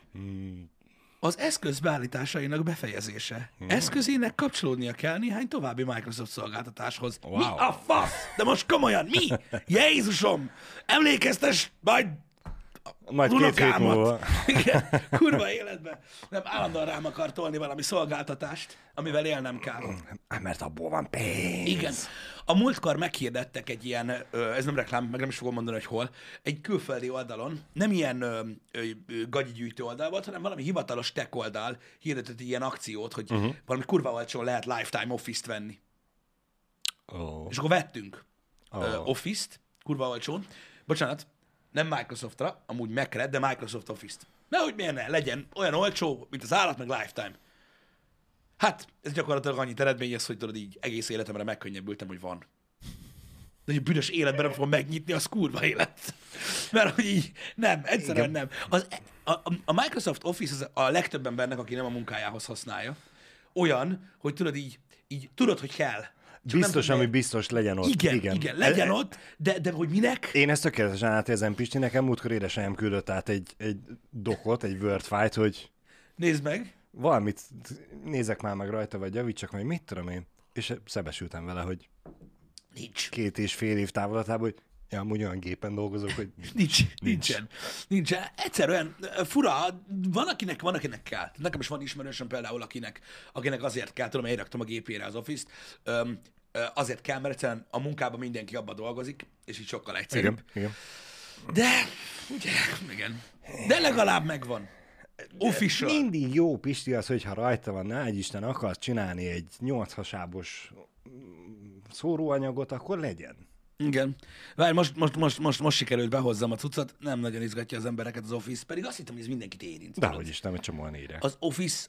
Az eszköz beállításainak befejezése. Eszközének kapcsolódnia kell néhány további Microsoft szolgáltatáshoz. Wow. Mi a fasz? De most komolyan, mi? Jézusom! Emlékeztes majd Majd 2 hét unokámat. múlva. Igen, kurva életben. Nem, állandóan rám akar tolni valami szolgáltatást, amivel élnem kell. Mert abból van pénz. Igen. A múltkor meghirdettek egy ilyen, ez nem reklám, meg nem is fogom mondani, hogy hol, egy külföldi oldalon, nem ilyen gagyigyűjtő oldal volt, hanem valami hivatalos tech oldal hirdetett ilyen akciót, hogy valami kurva olcsón lehet Lifetime Office-t venni. Oh. És akkor vettünk Office-t, kurva olcsón. Bocsánat, nem Microsoftra, amúgy Mac-re, de Microsoft Office-t. Nehogy miért ne, legyen olyan olcsó, mint az állat, meg Lifetime. Hát, ez gyakorlatilag annyit eredményez, hogy tudod így egész életemre megkönnyebbültem, hogy van. De egy büdös életben nem fogom megnyitni, az kurva élet. Mert hogy így, nem, egyszerűen nem. A Microsoft Office az a legtöbb embernek, aki nem a munkájához használja, olyan, hogy tudod így tudod, hogy kell. Biztos, ami biztos legyen ott. Igen, legyen ott, de hogy minek? Én ezt tökéletesen átérzem, Pisti, nekem múltkor édesanyám küldött át egy dokot, egy Word file-t, hogy Nézd meg. valamit nézek már meg rajta, vagy javítsak meg, mit tudom én. És szebesültem vele, hogy Nincs. 2,5 év távolatában, hogy ja, amúgy olyan gépen dolgozok, hogy Nincsen. Egyszerűen fura, van akinek kell. Nekem is van ismerősöm például, akinek azért kell, tudom, én raktam a gépére az Office-t, azért kell, mert egyszerűen a munkában mindenki abba dolgozik, és így sokkal egyszerűbb. igen. De, ugye, igen. De legalább megvan. Official. Mindig jó, Pisti, az, hogyha rajta van, ne Isten akarsz csinálni egy 8 hasábos szóróanyagot, akkor legyen. Igen. Várj, most sikerült behozzam a cuccot, nem nagyon izgatja az embereket az Office, pedig azt hittem, hogy ez mindenkit érint. Dehogy is, nem, egy csomóan írják. Az Office.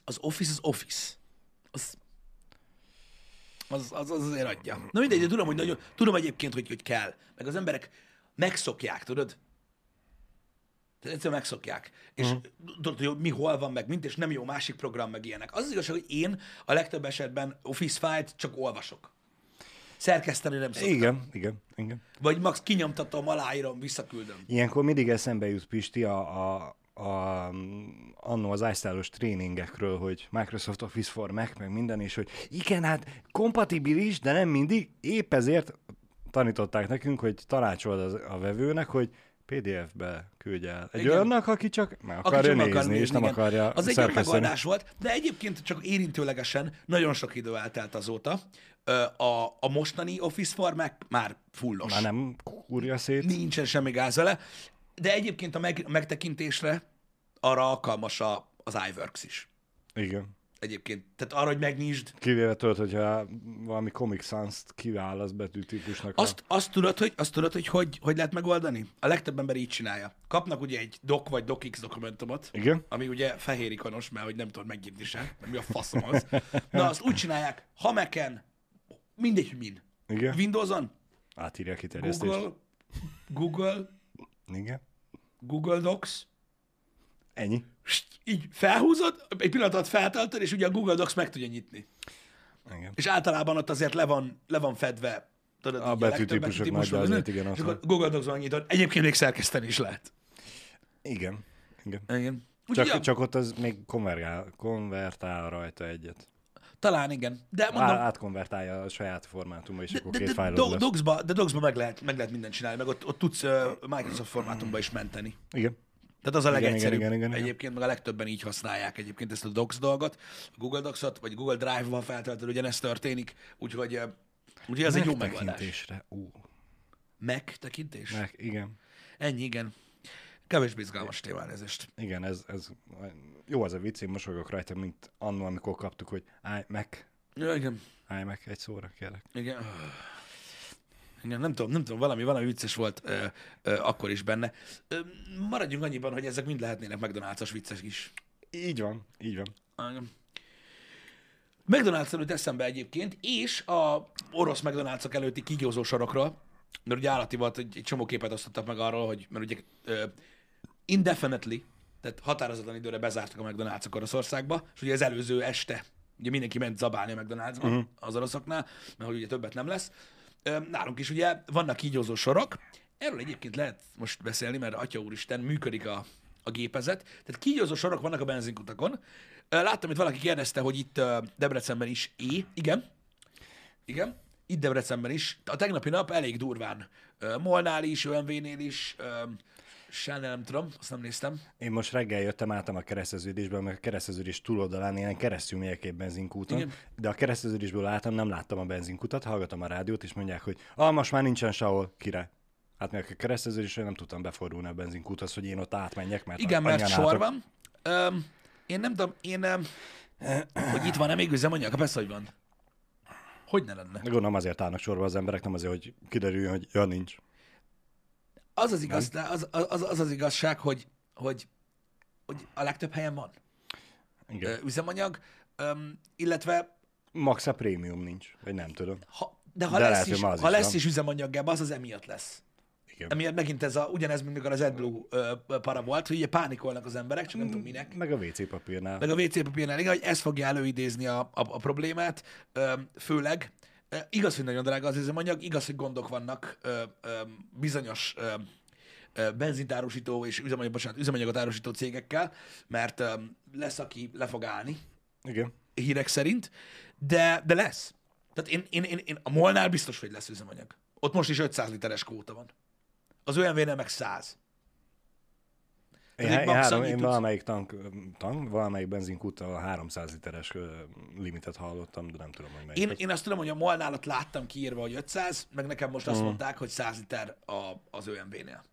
Az azért adja. Na mindegy, de tudom egyébként, hogy kell. Meg az emberek megszokják, tudod? Tehát egyszerűen megszokják. És tudod, hogy mi hol van, meg mint, és nem jó másik program, meg ilyenek. Az igazság, hogy én a legtöbb esetben Office file-t csak olvasok. Szerkeszteni nem szoktam. Igen. Vagy max kinyomtatom, aláírom, visszaküldöm. Ilyenkor mindig eszembe jut, Pisti, annó az iStyle-os tréningekről, hogy Microsoft Office for Mac, meg minden, és hogy igen, hát kompatibilis, de nem mindig. Épp ezért tanították nekünk, hogy tanácsold a vevőnek, hogy PDF-be küldj el. Egy olyannak, aki csak meg akarja nézni, és nem akarja az egy olyan megoldás volt, de egyébként csak érintőlegesen nagyon sok idő eltelt azóta. A mostani Office for Mac már fullos. Már nem kúrja szét. Nincsen semmi gáz vele, de egyébként a megtekintésre arra alkalmas az iWorks is. Igen. Egyébként. Tehát arra, hogy megnyisd. Kivéve tudod, hogyha valami Comic Sans-t kiválasz betűtípusnak. Azt tudod, hogy lehet megoldani? A legtöbb ember így csinálja. Kapnak ugye egy doc vagy docx dokumentumot, Igen. ami ugye fehér ikonos, mert hogy nem tudod megnyitni se, mert mi a faszom az. Na, azt úgy csinálják, ha Mac-en, mindegy, hogy min. Igen. Windowson, Átírja a kiterjesztést. Igen. Google Docs, Ennyi. így felhúzod, egy pillanat alatt feltöltöd, és ugye a Google Docs meg tudja nyitni. Igen. És általában ott azért le van fedve, tudod, A így betűtípusok legtöbb nagy, de azért igen, és ott akkor van. Google Docs-ban nyitod. Egyébként még szerkeszteni is lehet. Igen. Igen. Úgyhogy Csak ott az még konvertál rajta egyet. talán igen. De mondom, Átkonvertálja a saját formátumba, és akkor két fájlod lesz. Docsba meg lehet mindent csinálni, meg ott tudsz Microsoft formátumba is menteni. Igen. Tehát az a legegyszerűbb. Igen. Egyébként meg a legtöbben így használják egyébként ezt a Docs dolgot. A Google Docs-ot, vagy Google Drive-val feltöltöd, ugyanezt történik. Úgyhogy ez egy jó megoldás. Megtekintésre. Megtekintés? Igen. Ennyi, igen. Kevésbé izgalmas téma elnézést. Igen, ez jó az a vicc, én mosolygok rajta, mint annól, amikor kaptuk, hogy iMac, Ja, igen. iMac egy szóra kérlek. Igen. Igen, nem tudom, valami vicces volt akkor is benne. Maradjunk annyiban, hogy ezek mind lehetnének McDonald's-os vicces is. Így van. Igen. McDonald's előtt eszembe egyébként, és a orosz McDonald's-ok előtti kígyózó sorokról, mert ugye állati volt, hogy egy csomó képet osztottak meg arról, hogy mert ugye indefinitely, tehát határozatlan időre bezártak a McDonald's-ok Oroszországba, és ugye az előző este ugye mindenki ment zabálni a McDonald's-ba az oroszoknál, mert hogy ugye többet nem lesz. Nálunk is ugye vannak kígyózó sorok. Erről egyébként lehet most beszélni, mert Atya Úristen működik a gépezet. Tehát kígyózó sorok vannak a benzinkutakon. Láttam, itt valaki kérdezte, hogy itt Debrecenben is Igen. Igen. Itt Debrecenben is. A tegnapi nap elég durván. Molnál is, ÖMV-nél is, Sánál nem tudom, azt nem néztem. Én most reggel jöttem, álltam a kereszteződésből, mert a kereszteződés túloldalán ilyen keresztül megyek egy benzinkúton, igen. De a kereszteződésből álltam, nem láttam a benzinkutat, hallgatom a rádiót, és mondják, hogy most már nincsen sehol, király. Hát még a kereszteződésről nem tudtam befordulni a benzinkúthoz, hogy én ott átmenjek, mert igen, mert sor van. Én nem tudom, hogy itt van-e még üzemanyag? Persze, hogy van. Hogy ne lenne? Gondolom azért állnak sorba az emberek, nem azért, hogy kiderüljön, hogy nincs. Az az igazság, hogy a legtöbb helyen van üzemanyag, illetve... Max a prémium nincs, vagy nem tudom. Ha lesz is üzemanyag, az az emiatt lesz. Igen. Emiatt megint ugyanez, mint mikor az AdBlue para volt, hogy ugye pánikolnak az emberek, csak nem tudom minek. Meg a WC papírnál. Igen, hogy ez fogja előidézni a problémát, főleg. Igaz, hogy nagyon drága az üzemanyag, igaz, hogy gondok vannak bizonyos benzintárosító és üzemanyagot árusító cégekkel, mert lesz, aki le fog állni. Igen. Hírek szerint, de lesz. Tehát én a MOL-nál biztos, hogy lesz üzemanyag. Ott most is 500 literes kvóta van. Az ÖMV-nél meg 100. Én valamelyik benzinkúttal a 300 literes limitet hallottam, de nem tudom, hogy melyik. Én azt tudom, hogy a MOL-nál ott láttam kiírva, hogy 500, meg nekem most azt mondták, hogy 100 liter az ÖMV-nél.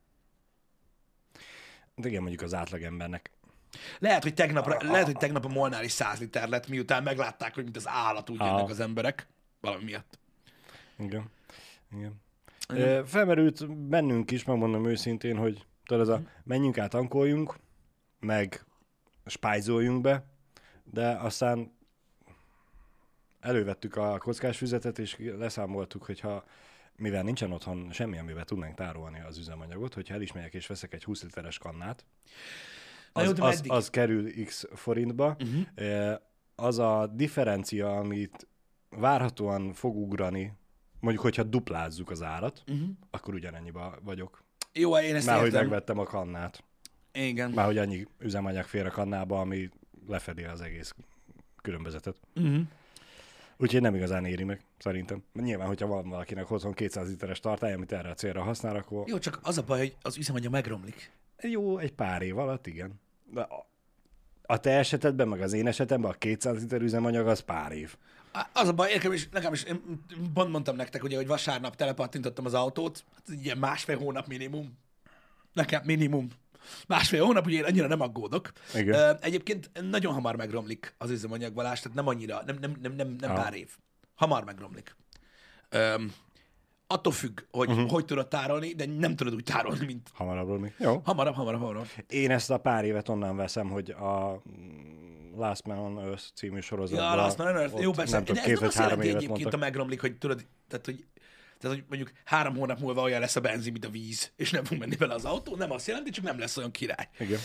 De igen, mondjuk az átlagembernek. Lehet, hogy tegnap a MOL-nál is 100 liter lett, miután meglátták, hogy mint az állat úgy jönnek az emberek. Valami miatt. Igen. Felmerült bennünk is, megmondom őszintén, hogy tudod, menjünk át, tankoljunk, meg spájzoljunk be, de aztán elővettük a kockás füzetet, és leszámoltuk, hogyha mivel nincsen otthon semmi, amivel tudnánk tárolni az üzemanyagot, hogyha el is megyek és veszek egy 20 literes kannát, az kerül x forintba. Az a differencia, amit várhatóan fog ugrani, mondjuk, hogyha duplázzuk az árat, akkor ugyanennyiba vagyok. Jó, én ezt már, hogy megvettem a kannát. Igen. Már, hogy annyi üzemanyag fér a kannába, ami lefedi az egész különbözetet. Úgyhogy nem igazán éri meg, szerintem. Nyilván, hogyha van valakinek otthon 200 literes tartály, amit erre a célra használ, akkor... Jó, csak az a baj, hogy az üzemanyag megromlik. Jó, egy pár év alatt, igen. De a te esetedben, meg az én esetemben a 200 liter üzemanyag az pár év. Az a baj, nekem is, én mondtam nektek, ugye, hogy vasárnap telepattintottam az autót, hát ilyen 1,5 hónap minimum. Nekem minimum. 1,5 hónap, ugye én annyira nem aggódok. Igen. Egyébként nagyon hamar megromlik az üzemanyagvalás, tehát nem annyira, nem pár év. Hamar megromlik. Attól függ, hogy tudod tárolni, de nem tudod úgy tárolni, mint... Hamarabb romlik. Jó. Hamarabb. Én ezt a pár évet onnan veszem, hogy a Last Man on Earth című sorozatban... Ja, Last Man on Earth. Jó, persze. De ez nem azt jelenti egyébként, mondtak. A megromlik, hogy tudod, tehát hogy mondjuk 3 hónap múlva olyan lesz a benzin, mint a víz, és nem fog menni vele az autó. Nem azt jelenti, csak nem lesz olyan király. Igen.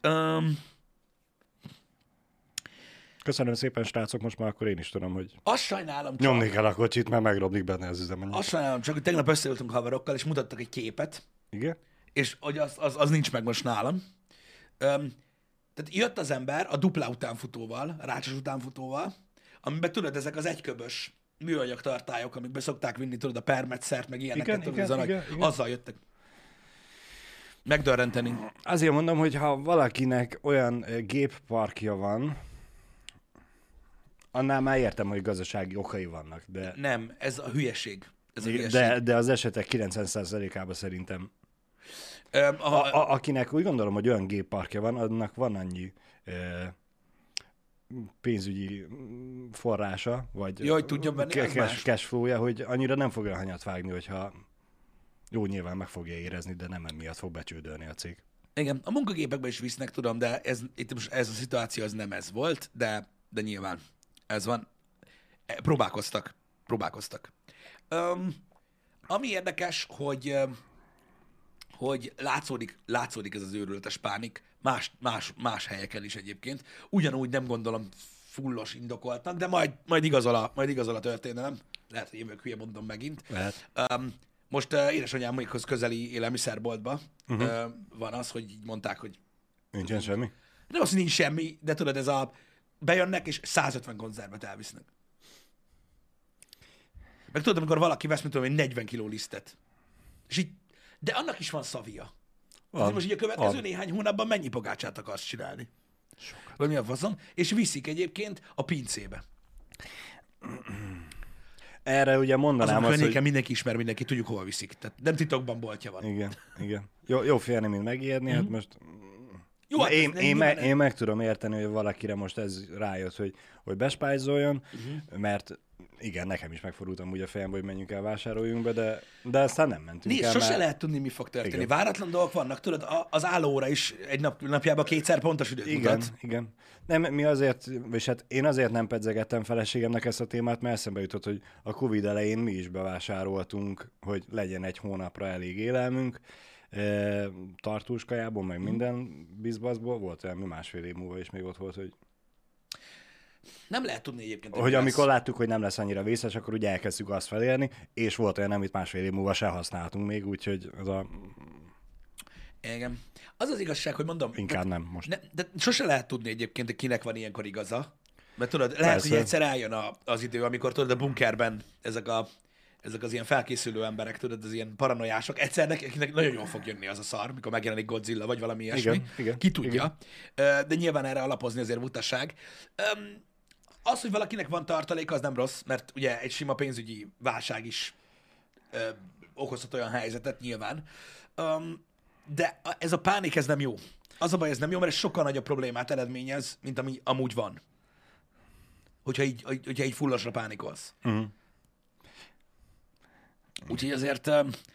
Köszönöm szépen, srácok, most már akkor én is tudom, hogy azt sajnálom csak... Nyomni kell a kocsit, mert megroblik benne az üzemanyag. Azt sajnálom csak, hogy tegnap összeültünk haverokkal, és mutattak egy képet. Igen? És hogy az nincs meg most nálam. Tehát jött az ember a dupla utánfutóval, a rácsos utánfutóval, amiben tudod, ezek az egyköbös műanyag tartályok, amikbe szokták vinni, tudod, a permetszert, meg ilyeneket, igen. Azzal jöttek. Megdörrenteni. Azért mondom, hogy ha valakinek olyan gépparkja van, annál már értem, hogy gazdasági okai vannak, de... Nem, ez a hülyeség. De az esetek 90%-ában szerintem. Akinek úgy gondolom, hogy olyan gépparkja van, annak van annyi pénzügyi forrása, vagy jó, hogy tudjon venni, cashflow-ja, hogy annyira nem fog olyan hanyat vágni, hogyha jó, nyilván meg fogja érezni, de nem emiatt fog becsődölni a cég. Igen, a munkagépekben is visznek, tudom, de ez a szituáció az nem ez volt, de nyilván ez van. Próbálkoztak. Ami érdekes, hogy látszódik ez az őrületes pánik más helyeken is egyébként. Ugyanúgy nem gondolom fullos indokoltnak, de majd igazol a történelem. Lehet, hogy jövök hülye mondom megint. Lehet. Most édesanyámhoz közeli élelmiszerboltban van az, hogy így mondták, hogy Nincsen semmi? Nem azt, hogy nincs semmi, de tudod, ez a... Bejönnek, és 150 konzervet elvisznek. Meg tudod, amikor valaki vesz, mint tudom, egy 40 kiló lisztet. És így... De annak is van szavia. Van. Most így a következő néhány hónapban mennyi pogácsát akarsz csinálni? Sokat. Vagy mi a faszom? És viszik egyébként a pincébe. Erre ugye mondanám azt, hogy... mindenki ismer, mindenki tudjuk, hova viszik. Tehát nem titokban boltja van. Igen. Jó félni, mint megijedni, hát most... Jó, hát én meg tudom érteni, hogy valakire most ez rájött, hogy bespájzoljon, mert igen, nekem is megfordultam úgy a fejembe, hogy menjünk el, vásároljunk be, de aztán nem mentünk el. Sose lehet tudni, mi fog történni. Igen. Váratlan dolgok vannak, tudod, az állóra is egy napjában 2-szer pontos időt mutat. Igen. Nem, mi azért, és hát én azért nem pedzegettem feleségemnek ezt a témát, mert eszembe jutott, hogy a Covid elején mi is bevásároltunk, hogy legyen egy hónapra elég élelmünk, tartós kajából, meg minden bizbaszból, volt olyan, mi másfél év múlva is még ott volt, hogy nem lehet tudni egyébként. Hogy amikor láttuk, hogy nem lesz annyira vészes, akkor ugye elkezdtük azt felérni, és volt olyan, amit másfél év múlva se használtunk még, úgyhogy az a... Igen. Az az igazság, hogy mondom... Inkább nem most. De sose lehet tudni egyébként, hogy kinek van ilyenkor igaza. Mert tudod, lehet, hogy egyszer eljön az idő, amikor tudod, a bunkerben ezek az ilyen felkészülő emberek, tudod, az ilyen paranoiások, egyszer nekik nagyon jól fog jönni az a szar, mikor megjelenik Godzilla, vagy valami ilyesmi. Igen, ki tudja. Igen. De nyilván erre alapozni azért butaság. Az, hogy valakinek van tartalék, az nem rossz, mert ugye egy sima pénzügyi válság is okozhat olyan helyzetet nyilván. De ez a pánik, ez nem jó. Az a baj, ez nem jó, mert ez sokkal nagyobb problémát eredményez, mint ami amúgy van. Hogyha így fullasra pánikolsz. Uh-huh. Úgyhogy azért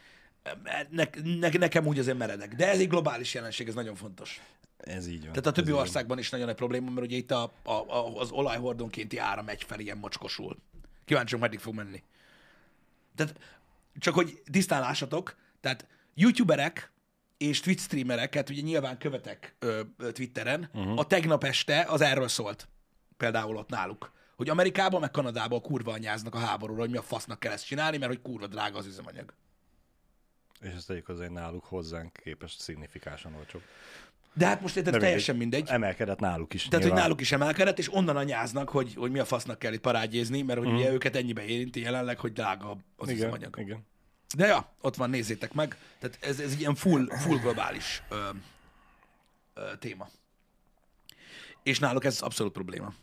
nekem úgy azért meredek. De ez egy globális jelenség, ez nagyon fontos. Ez így van. Tehát a többi országban is nagyon nagy probléma, mert ugye itt az olajhordonkénti áram egyfelé ilyen mocskosul. Kíváncsiak, meddig fog menni. Tehát csak hogy tisztán lássatok, tehát youtuberek és Twitch streamereket ugye nyilván követek Twitteren, a tegnap este az erről szólt. Például ott náluk. Hogy Amerikában meg Kanadában kurva anyáznak a háborúra, hogy mi a fasznak kell ezt csinálni, mert hogy kurva drága az üzemanyag. És ezt tegyük azért náluk hozzánk képest szignifikánsan olcsóbb. De hát most érted, teljesen mindegy. Emelkedett náluk is. Tehát, nyilván. Hogy náluk is emelkedett, és onnan anyáznak, hogy mi a fasznak kell itt parádjézni, mert hogy ugye őket ennyibe érinti jelenleg, hogy drága az üzemanyag. Igen. De ja, ott van, nézzétek meg. Tehát ez egy ilyen full globális téma. És náluk ez abszolút probléma.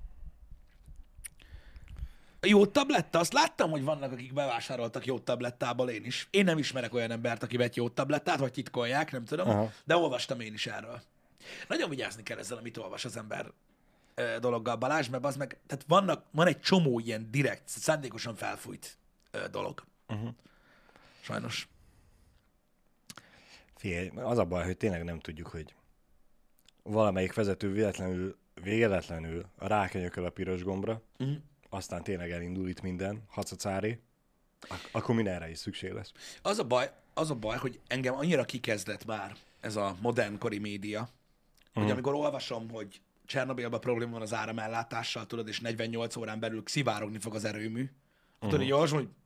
A jó tabletta, azt láttam, hogy vannak, akik bevásároltak jó tablettából, én is. Én nem ismerek olyan embert, aki vett jó tablettát, vagy titkolják, nem tudom, aha, de olvastam én is erről. Nagyon vigyázni kell ezzel, amit olvas az ember dologgal, Balázs, mert az meg, tehát van egy csomó ilyen direkt, szándékosan felfújt dolog. Sajnos. Figyelj, az a baj, hogy tényleg nem tudjuk, hogy valamelyik vezető véletlenül rákenyököl a piros gombra, aztán tényleg elindul itt minden, hacacári, akkor mindenre is szükség lesz. Az a baj, hogy engem annyira kikezdett már ez a modernkori média, hogy amikor olvasom, hogy Csernobilban probléma van az áramellátással, tudod, és 48 órán belül szivárogni fog az erőmű, tudod, így olvasom, hogy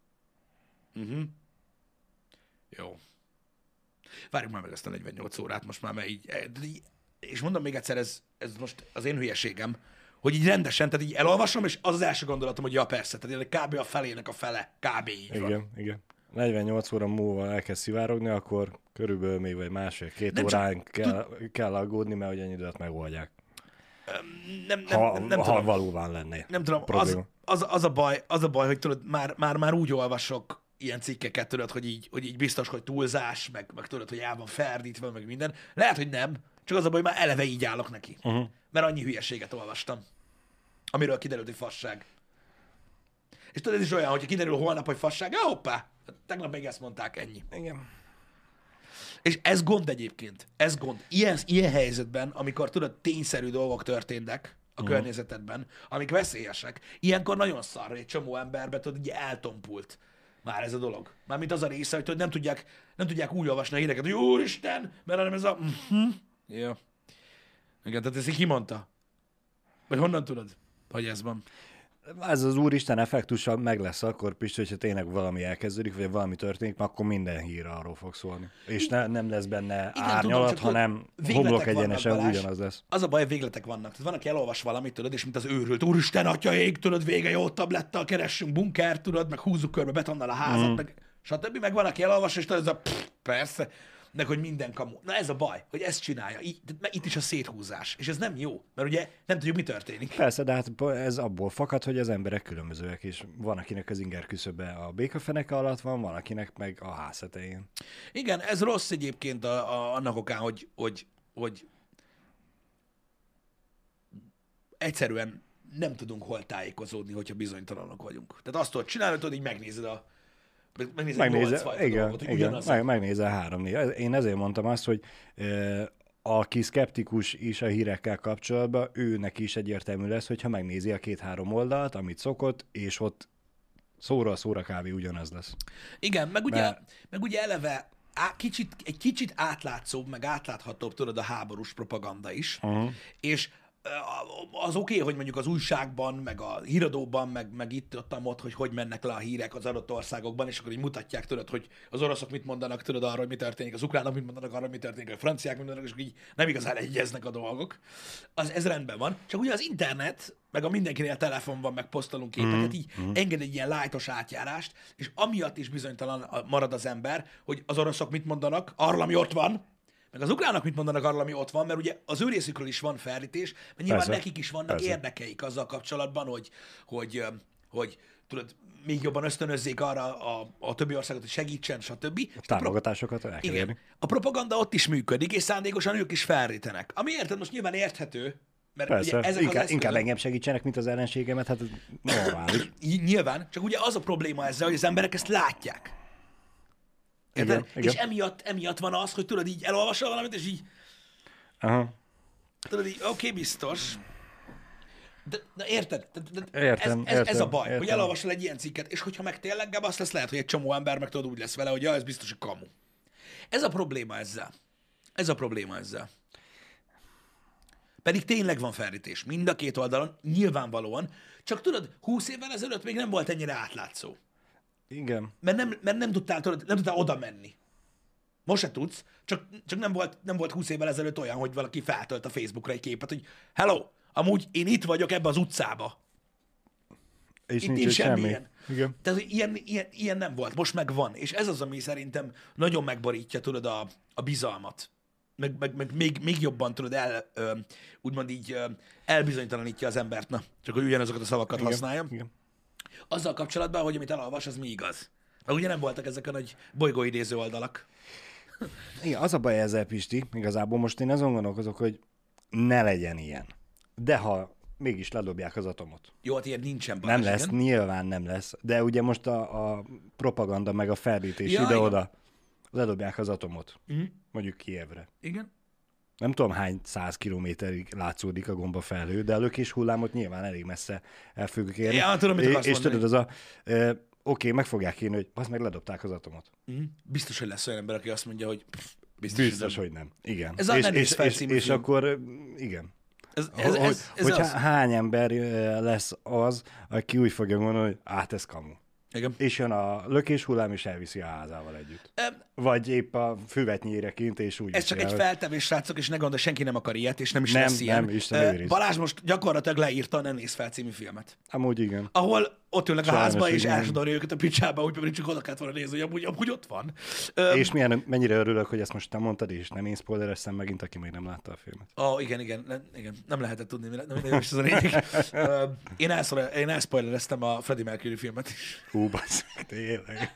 jó. Várjuk már meg ezt a 48 órát most már, mert így, és mondom még egyszer, ez most az én hülyeségem, hogy így rendesen, tehát így elolvasom, és az első gondolatom, hogy ja persze, tehát kb. A felének a fele, kb. Így van. Igen. 48 óra múlva elkezd szivárogni, akkor körülbelül még vagy másfél-két órán kell aggódni, mert hogy ennyi időt megoldják. Nem ha valóban lenné. Nem tudom, az a baj, hogy tudod, már úgy olvasok ilyen cikkeket, tudod, hogy így biztos, hogy túlzás, meg tudod, hogy el van ferdítve, meg minden. Lehet, hogy nem, csak az a baj, hogy már eleve így állok neki. Mert annyi hülyeséget olvastam, amiről kiderült, hogy fasság. És tudod, ez is olyan, hogyha kiderül holnap, hogy fasság, hoppá, tegnap még ezt mondták, ennyi. Igen. És ez gond egyébként. Ez gond. Ilyen helyzetben, amikor tudod, tényszerű dolgok történnek a környezetedben, amik veszélyesek, ilyenkor nagyon szar, hogy egy csomó emberbe tudod, ugye eltompult már ez a dolog. Mármint az a része, hogy tudod, nem tudják úgy olvasni a híreket, hogy úristen, mert hanem ez a... Ja. Igen, tehát ezt így kimondta. Vagy honnan tudod, hogy ez van? Ez az úristen effektusa meg lesz akkor, Pisti, hogyha tényleg valami elkezdődik, vagy valami történik, akkor minden hír arról fog szólni. És nem lesz benne árnyalat, hanem homlok egyenesen ugyanaz lesz. Az a baj, hogy végletek vannak. Tehát van, aki elolvas valamit, tudod, és mint az őrült, úristen, atyaik, tudod, vége jó tablettal, keressünk bunkert, tudod, meg húzzuk körbe betonnal a házat, meg stb. Meg van, aki elolvas, és tudod, ez a persze, meg hogy minden kamu. Na ez a baj, hogy ezt csinálja. Itt is a széthúzás. És ez nem jó, mert ugye nem tudjuk, mi történik. Persze, de hát ez abból fakad, hogy az emberek különbözőek, és van, akinek az inger küszöbe a békafeneke alatt van akinek meg a háztetején. Igen, ez rossz egyébként annak okán, hogy egyszerűen nem tudunk hol tájékozódni, hogyha bizonytalanok vagyunk. Tehát azt tudod csinálni, hogy így megnézed megnézel 3-4. Én ezért mondtam azt, hogy aki szkeptikus is a hírekkel kapcsolatban, őnek is egyértelmű lesz, hogyha megnézi a 2-3 oldalt, amit szokott, és ott szóra kb. Ugyanaz lesz. Igen, meg ugye eleve egy kicsit átlátszóbb, meg átláthatóbb, tudod, a háborús propaganda is, és az oké, hogy mondjuk az újságban, meg a híradóban, meg ott, hogy mennek le a hírek az adott országokban, és akkor így mutatják, tudod, hogy az oroszok mit mondanak, tudod arról, hogy mi történik, az ukránok mit mondanak arról, hogy mi történik, a franciák mit mondanak, és így nem igazán egyeznek a dolgok. Ez rendben van. Csak ugye az internet, meg a mindenkinél telefon van, meg posztolunk képeket, így enged egy ilyen lájtos átjárást, és amiatt is bizonytalan marad az ember, hogy az oroszok mit mondanak arról, ami ott van, meg az ukránok mit mondanak arról, ami ott van, mert ugye az ő részükről is van felítés, mert nyilván persze, nekik is vannak érdekeik azzal kapcsolatban, hogy tudod, még jobban ösztönözzék arra a többi országot, hogy segítsen, stb. Támogatásokat el kell érni. A propaganda ott is működik, és szándékosan ők is felrítenek. Ami érted, most nyilván érthető, mert persze, ugye ezek inkább engem segítsenek, mint az ellenségemet, hát normális. Nyilván, csak ugye az a probléma ezzel, hogy az emberek ezt látják. Igen. És emiatt van az, hogy tudod, így elolvasol valamit, és így... Aha. Tudod, így oké, biztos. De érted? Értem, ez a baj, hogy elolvasol egy ilyen cikket, és hogyha meg tényleg azt lesz lehet, hogy egy csomó ember meg tudod úgy lesz vele, hogy ja, ez biztos a kamu. Ez a probléma ezzel. Pedig tényleg van felrítés. Mind a két oldalon, nyilvánvalóan. Csak tudod, 20 évvel ezelőtt még nem volt ennyire átlátszó. Igen. Mert nem tudtál oda menni. Most se tudsz, csak nem volt 20 évvel ezelőtt olyan, hogy valaki feltölt a Facebookra egy képet, hogy hello, amúgy én itt vagyok ebbe az utcába. És itt nincs semmi. Igen. Tehát ilyen nem volt, most meg van. És ez az, ami szerintem nagyon megborítja, tudod, a bizalmat. Meg még jobban, tudod, úgymond így elbizonytalanítja az embert. Na, csak hogy ugyanazokat a szavakat használjam. Igen. Azzal kapcsolatban, hogy amit elolvas, az mi igaz. Mert ugye nem voltak ezek a nagy bolygóidéző oldalak. Igen, az a baj ezzel, Pisti, igazából most én azon gondolkozok, hogy ne legyen ilyen. De ha mégis ledobják az atomot. Jó, hát ilyen nincsen. Nem lesz, igen? Nyilván nem lesz. De ugye most a propaganda meg a ferdítés ide-oda ledobják az atomot. Mondjuk Kijevre. Igen. Nem tudom, hány 100 kilométerig látszódik a gombafelhő, de a lökés hullámot nyilván elég messze el fogjuk érni. Ja, tudom, mit akarsz mondani. Tudod, az oké, meg fogják írni, hogy azt meg ledobták az atomot. Biztos, hogy lesz olyan ember, aki azt mondja, hogy biztos, hogy nem. Igen. Ez a és akkor igen. Hány ember lesz az, aki úgy fogja mondani, hogy ez kamu. Igen. És jön a lökés hullám, és elviszi a házával együtt. Vagy épp a füvet nyíre kint, és úgy ez csak egy feltevés, srácok, és ne gondolj, senki nem akar ilyet, és nem is lesz ilyen. Nem, Balázs most gyakorlatilag leírta a Nem néz fel című filmet. Amúgy igen. Ahol ott ülnek a házba, és elsodorja őket a picsába, úgy pedig csak oda kellett volna nézni, hogy amúgy ott van. És mennyire örülök, hogy ezt most te mondtad, és nem én spoilereztem megint, aki még nem látta a filmet. Igen. Nem lehetett tudni, nem is ez a lényeg. Én elspoilereztem a Freddie Mercury filmet is. Hú, basszak, tényleg.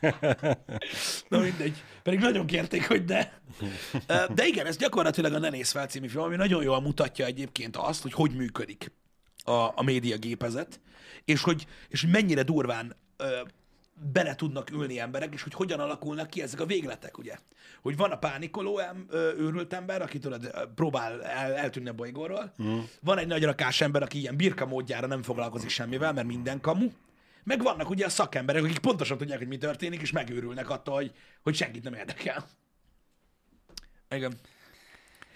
Na mindegy. Pedig nagyon kérték, hogy de. De igen, ez gyakorlatilag a Ne nézz fel című film, ami nagyon jól mutatja egyébként azt, hogy működik a média gépezet, és hogy mennyire durván bele tudnak ülni emberek, és hogy hogyan alakulnak ki ezek a végletek, ugye? Hogy van a pánikoló őrült ember, aki tudod, próbál eltűnni a bolygóról, van egy nagy rakás ember, aki ilyen birka módjára nem foglalkozik semmivel, mert minden kamu, meg vannak ugye a szakemberek, akik pontosan tudják, hogy mi történik, és megőrülnek attól, hogy senkit nem érdekel. Igen.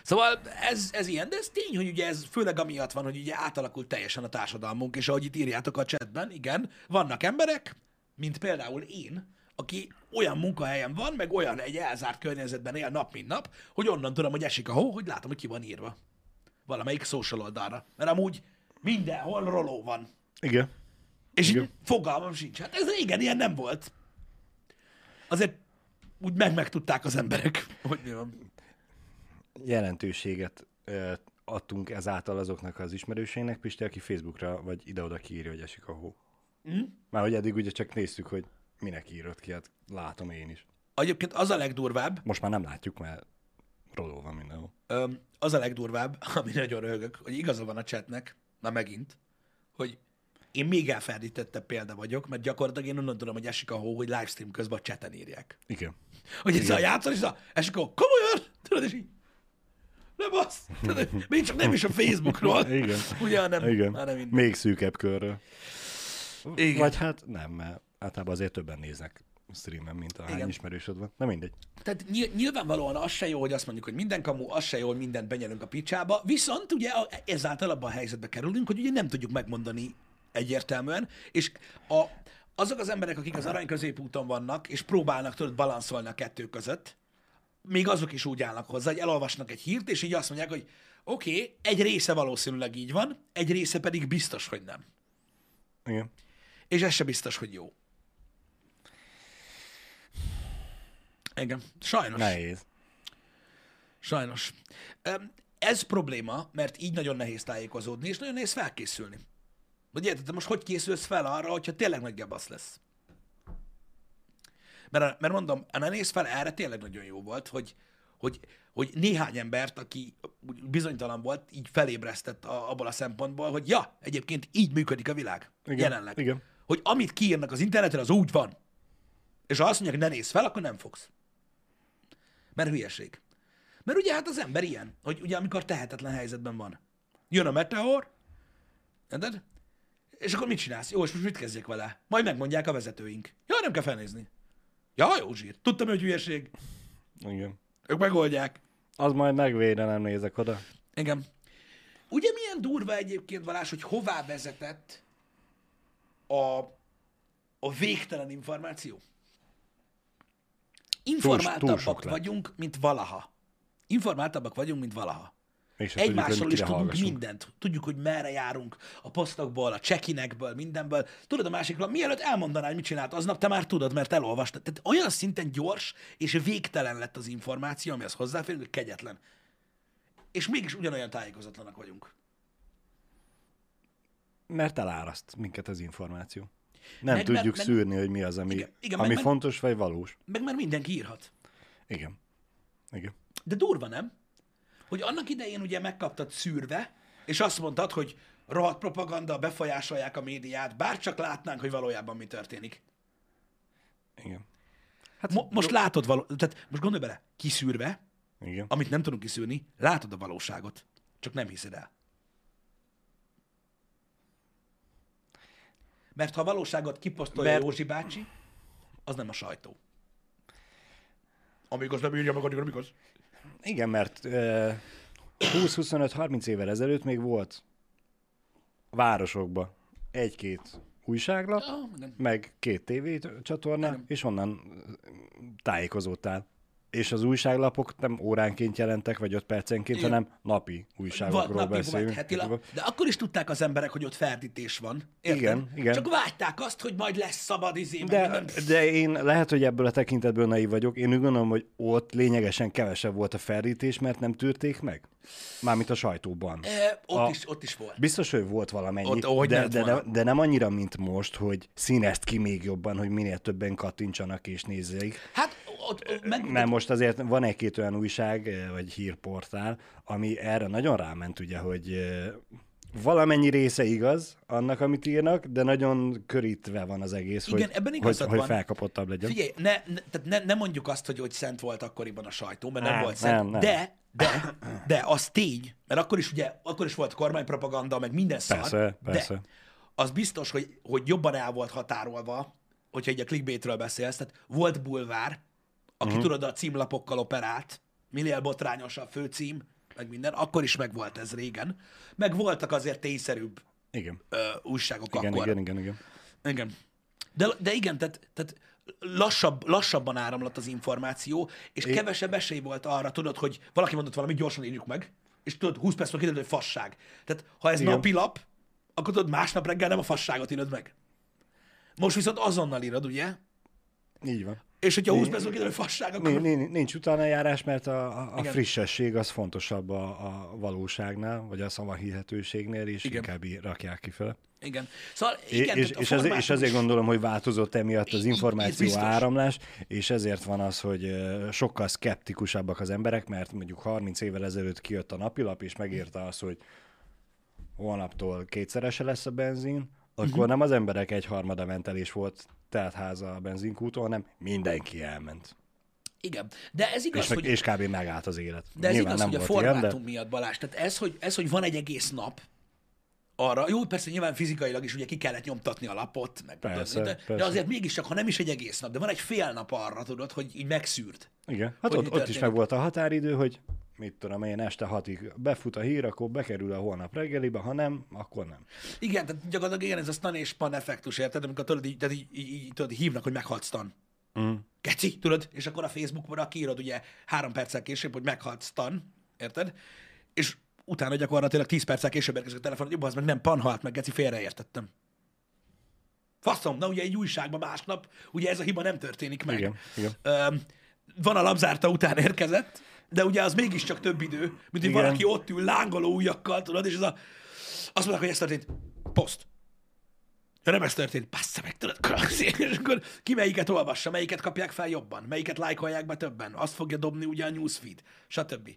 Szóval ez ilyen, de ez tény, hogy ugye ez főleg amiatt van, hogy ugye átalakult teljesen a társadalmunk, és ahogy itt írjátok a chatben, igen, vannak emberek, mint például én, aki olyan munkahelyen van, meg olyan egy elzárt környezetben él nap, mint nap, hogy onnan tudom, hogy esik a hó, hogy látom, hogy ki van írva. Valamelyik social oldalra. Mert amúgy mindenhol roló van. Igen. És Igen. így fogalmam sincs. Hát ez régen ilyen nem volt. Azért úgy megtudták az emberek, hogy mi van. Jelentőséget adtunk ezáltal azoknak az ismerőseinek, Pisti, aki Facebookra vagy ide-oda kiírja, hogy esik a hó. Már hogy eddig ugye csak néztük, hogy minek írott ki, hát látom én is. Egyébként az a legdurvább, Most már nem látjuk, mert roló van mindenhol. az a legdurvább, ami nagyon röhögök, hogy igaza van a chatnek, na megint, hogy én még elferdítettebb példa vagyok, mert gyakorlatilag én onnan tudom, hogy esik a hó, hogy livestream közben a chaten írják. Igen. Hogy egyszer játszol, és esik a hó, komolyan, tudod, és így, ne bassz, tudod, még csak nem is a Facebookról. Igen. Ugye, hanem, Igen. hanem minden. Még szűkebb körről. Igen. Vagy hát nem, mert általában azért többen néznek streamen, mint a hány Igen. ismerősöd van. Na mindegy. Tehát nyilvánvalóan az se jó, hogy azt mondjuk, hogy minden kamu, az se jó, hogy mindent benyelünk a picsába, viszont ugye ezáltal abban a helyzetbe kerülünk, hogy ugye nem tudjuk megmondani egyértelműen, és azok az emberek, akik az arany középúton vannak, és próbálnak tudod balanszolni a kettő között, még azok is úgy állnak hozzá, hogy elolvasnak egy hírt, és így azt mondják, hogy oké, egy része valószínűleg így van, egy része pedig biztos, hogy nem. Igen. És ez se biztos, hogy jó. Igen, sajnos. Nehéz. Sajnos. Ez probléma, mert így nagyon nehéz tájékozódni, és nagyon nehéz felkészülni. Vagy érted, te most hogy készülsz fel arra, hogyha tényleg nagy gebasz lesz? Mert mondom, a ne nézz fel, erre tényleg nagyon jó volt, hogy néhány embert, aki bizonytalan volt, így felébresztett abból a szempontból, hogy ja, egyébként így működik a világ. Igen, Jelenleg. igen. Hogy amit kiírnak az interneten, az úgy van. És ha azt mondják, hogy ne nézz fel, akkor nem fogsz. Mert hülyeség. Mert ugye hát az ember ilyen, hogy ugye amikor tehetetlen helyzetben van. Jön a meteor, érted? És akkor mit csinálsz? Jó, és most mit kezdjek vele? Majd megmondják a vezetőink. Ja, nem kell felnézni. Ja, jó zsír. Tudtam, hogy hülyeség. Igen. Ők megoldják. Az majd megvéde, nem nézek oda. Igen. Ugye milyen durva egyébként, Balázs, hogy hová vezetett a végtelen információ? Informáltabbak sok lett. vagyunk, mint valaha. Informáltabbak vagyunk, mint valaha. És Egymásról is tudunk hallgassunk. mindent. Tudjuk, hogy merre járunk, a posztokból, a check-inekből, mindenből. Tudod a másikról, mielőtt elmondaná, hogy mit csinált aznap, te már tudod, mert elolvastad. Tehát olyan szinten gyors és végtelen lett az információ, amihez hozzáférünk, hogy kegyetlen. És mégis ugyanolyan tájékozatlanak vagyunk. Mert eláraszt minket az információ. Nem Meg- tudjuk meg- szűrni, hogy mi az, ami, Igen, ami meg- fontos vagy valós. Meg már mindenki írhat. Igen. Igen. De durva, nem? Hogy annak idején ugye megkaptad szűrve, és azt mondtad, hogy rohadt propaganda, befolyásolják a médiát, bár csak látnánk, hogy valójában mi történik. Igen. Most látod tehát most gondolj bele, kiszűrve, Igen. amit nem tudunk kiszűrni, látod a valóságot, csak nem hiszed el. Mert ha a valóságot kiposztolja Józsi bácsi, az nem a sajtó. Amíg az nem írja meg, addig az. Igen, mert 20-25-30 évvel ezelőtt még volt városokban egy-két újságlap, Igen. meg 2 tévécsatorna, Igen. és onnan tájékozódtál. És az újságlapok nem óránként jelentek, vagy 5 percenként, Igen. hanem napi újságokról beszélünk. hetilag, de akkor is tudták az emberek, hogy ott ferdítés van. Érted? Igen, igen. Csak vágyták azt, hogy majd lesz szabad meg minden. De én lehet, hogy ebből a tekintetből naív vagyok. Én úgy gondolom, hogy ott lényegesen kevesebb volt a ferdítés, mert nem tűrték meg. Mármint a sajtóban. Ott is volt. Biztos, hogy volt valamennyi, Ott, ahogy lett volna. de nem annyira, mint most, hogy színezt ki még jobban, hogy minél többen kattintsanak és nézzék. Hát ott Mert most azért van egy-két olyan újság, vagy hírportál, ami erre nagyon ráment, ugye, hogy valamennyi része igaz annak, amit írnak, de nagyon körítve van az egész, Igen, ebben igazad hogy van. felkapottabb legyen. Figyelj, ne mondjuk azt, hogy szent volt akkoriban a sajtó, mert nem Nem, volt szent. nem. De az tény, mert akkor is volt kormánypropaganda, meg minden szar. Persze. De az biztos, hogy jobban el volt határolva, hogyha így a clickbaitről beszélsz, tehát volt bulvár, aki tudod a címlapokkal operált, minél botrányosabb főcím, meg minden, akkor is megvolt ez régen. Meg voltak azért tényszerűbb Igen. Újságok Igen, akkor. Igen. De igen, tehát lassabban áramlott az információ, és kevesebb esély volt arra, tudod, hogy valaki mondott valamit, gyorsan írjuk meg, és tudod, 20 perc kiderül, hogy fasság. Tehát ha ez napilap, akkor tudod, másnap reggel nem a fasságot írod meg. Most viszont azonnal írod, ugye? Így van. És hogyha 20 perc kiderül, hogy fasság, akkor... Nincs utánajárás, mert a frissesség az fontosabb a valóságnál, vagy a szavahihetőségnél, és inkább rakják kifele. Igen. Szóval, igen, és ezért gondolom, hogy változott emiatt az információ áramlás, és ezért van az, hogy sokkal szkeptikusabbak az emberek, mert mondjuk 30 évvel ezelőtt kijött a napilap, és megírta azt, hogy holnaptól kétszerese lesz a benzin, akkor nem az emberek egyharmada ment el, és volt teltháza a benzinkúton, hanem mindenki elment. Igen, de ez igaz, és kb. Megállt az élet. De ez igaz, hogy a formátum miatt, Balázs. Tehát ez, hogy van egy egész nap arra, jó, persze nyilván fizikailag is ugye ki kellett nyomtatni a lapot, meg persze. De azért mégiscsak, ha nem is egy egész nap, de van egy fél nap arra, tudod, hogy így megszűrd. Igen, hát ott is meg volt a határidő, hogy mit tudom én, este 6-ig befut a hír, akkor bekerül a holnap reggelibe, ha nem, akkor nem. Igen, tehát gyakorlatilag igen, ez a stan és pan effektus, érted? Amikor tudod, így hívnak, hogy meghalt stan. Geci, tudod? És akkor a Facebookon kiírod ugye 3 perccel később, hogy meghalt stan, érted? És utána gyakorlatilag 10 perccel később érkezik a telefon, hogy az meg nem pan halt meg, geci, félreértettem. Faszom, na ugye egy újságban másnap, ugye ez a hiba nem történik meg. Igen. Van a lapzárta után érkezett, de ugye az mégiscsak több idő, mint hogy valaki ott ül lángoló ujjakkal, tudod, és azt mondják, hogy ez történt. Poszt. Ja, nem ez történt. Bassza meg, tudod, és akkor ki melyiket olvassa, melyiket kapják fel jobban, melyiket lájkolják be többen, azt fogja dobni ugye a newsfeed, stb.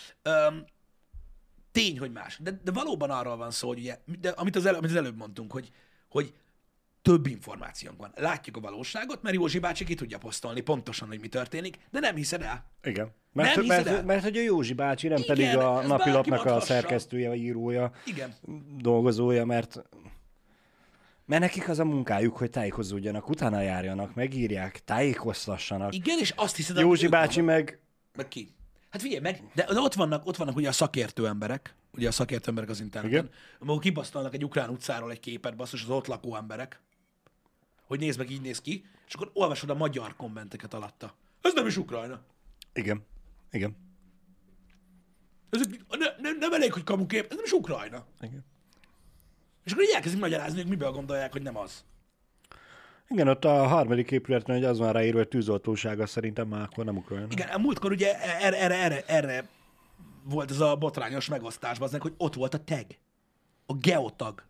Tény, hogy más. De valóban arról van szó, hogy ugye, amit az előbb mondtunk, hogy több információnk van. Látjuk a valóságot, mert Józsi bácsi ki tudja posztolni pontosan, hogy mi történik, de nem hiszed el. Igen. Mert hogy a Józsi bácsi, nem pedig a napilapnak a szerkesztője, vagy írója, dolgozója, mert nekik az a munkájuk, hogy tájékozódjanak, utána járjanak, megírják, tájékoztassanak. Igen, és azt hiszed, Józsi bácsi meg ki? Hát figyelj, de ott vannak ugye a szakértő emberek, az interneten, amikor kibasztalnak egy ukrán utcáról egy képet, basszus, az ott lakó emberek, hogy nézd meg, így néz ki, és akkor olvasod a magyar kommenteket alatta. Ez nem is Ukrajna. Igen. Nem elég, hogy kamukép, ez nem is Ukrajna. Igen. És akkor így elkezdik magyarázni, hogy miben gondolják, hogy nem az. Igen, ott a harmadik épületen, hogy az van ráírva, hogy tűzoltósága szerintem már akkor nem Ukrajna. Igen, a múltkor ugye erre volt ez a botrányos megosztás, hogy ott volt a tag. A geotag.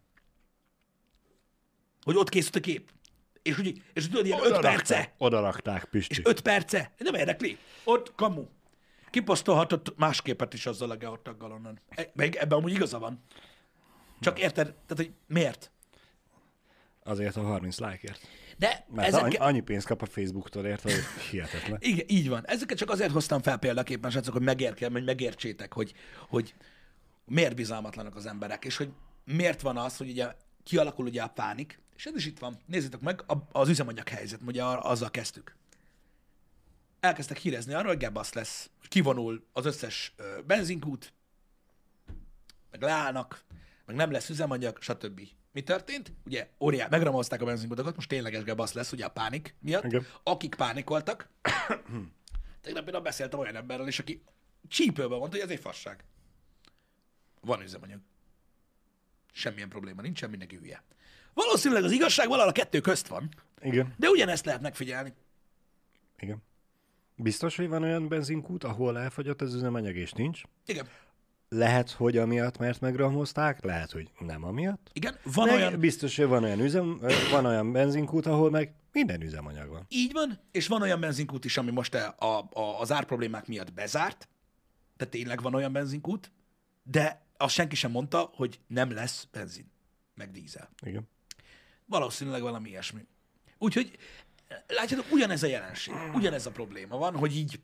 Hogy ott készült a kép. És tudod, ilyen 5 perce. Oda rakták, Pisti. És 5 perce. Nem érdekli. Ott kamu. Kiposztolhatott más képet is azzal a geotaggal onnan. Meg ebben amúgy igaza van. Csak érted? Tehát, hogy miért? Azért a 30 lájkért. De mert annyi pénzt kap a Facebooktól, érted, hogy hihetetlen. Igen, így van. Ezeket csak azért hoztam fel példaképpen, srácok, hogy megértsétek, hogy miért bizalmatlanak az emberek, és hogy miért van az, hogy ugye kialakul ugye a pánik, és ez is itt van. Nézzétek meg, az üzemanyag helyzet, ugye azzal kezdtük. Elkezdtek hírezni arról, hogy gebasz lesz, kivonul az összes benzinkút, meg leállnak, meg nem lesz üzemanyag, stb. Mi történt? Ugye megramozták a benzinkutakat, most tényleges gebasz lesz, ugye a pánik miatt. Igen. Akik pánikoltak, tegnap például beszéltem olyan emberrel, és aki csípőben mondta, hogy ez egy fasság. Van üzemanyag. Semmilyen probléma nincs, mindenki hülye. Valószínűleg az igazság valahol a kettő közt van. Igen. De ugyanezt lehet megfigyelni. Igen. Biztos, hogy van olyan benzinkút, ahol elfogyott az üzemanyag, és nincs? Igen. Lehet, hogy amiatt, mert megramozták, lehet, hogy nem amiatt. Igen, van olyan... Biztos, hogy van olyan benzinkút, ahol meg minden üzemanyag van. Így van, és van olyan benzinkút is, ami most az árproblémák miatt bezárt, de tényleg van olyan benzinkút, de azt senki sem mondta, hogy nem lesz benzin, meg dízel. Igen. Valószínűleg valami ilyesmi. Úgyhogy, látjátok, ugyanez a jelenség, ugyanez a probléma van, hogy így...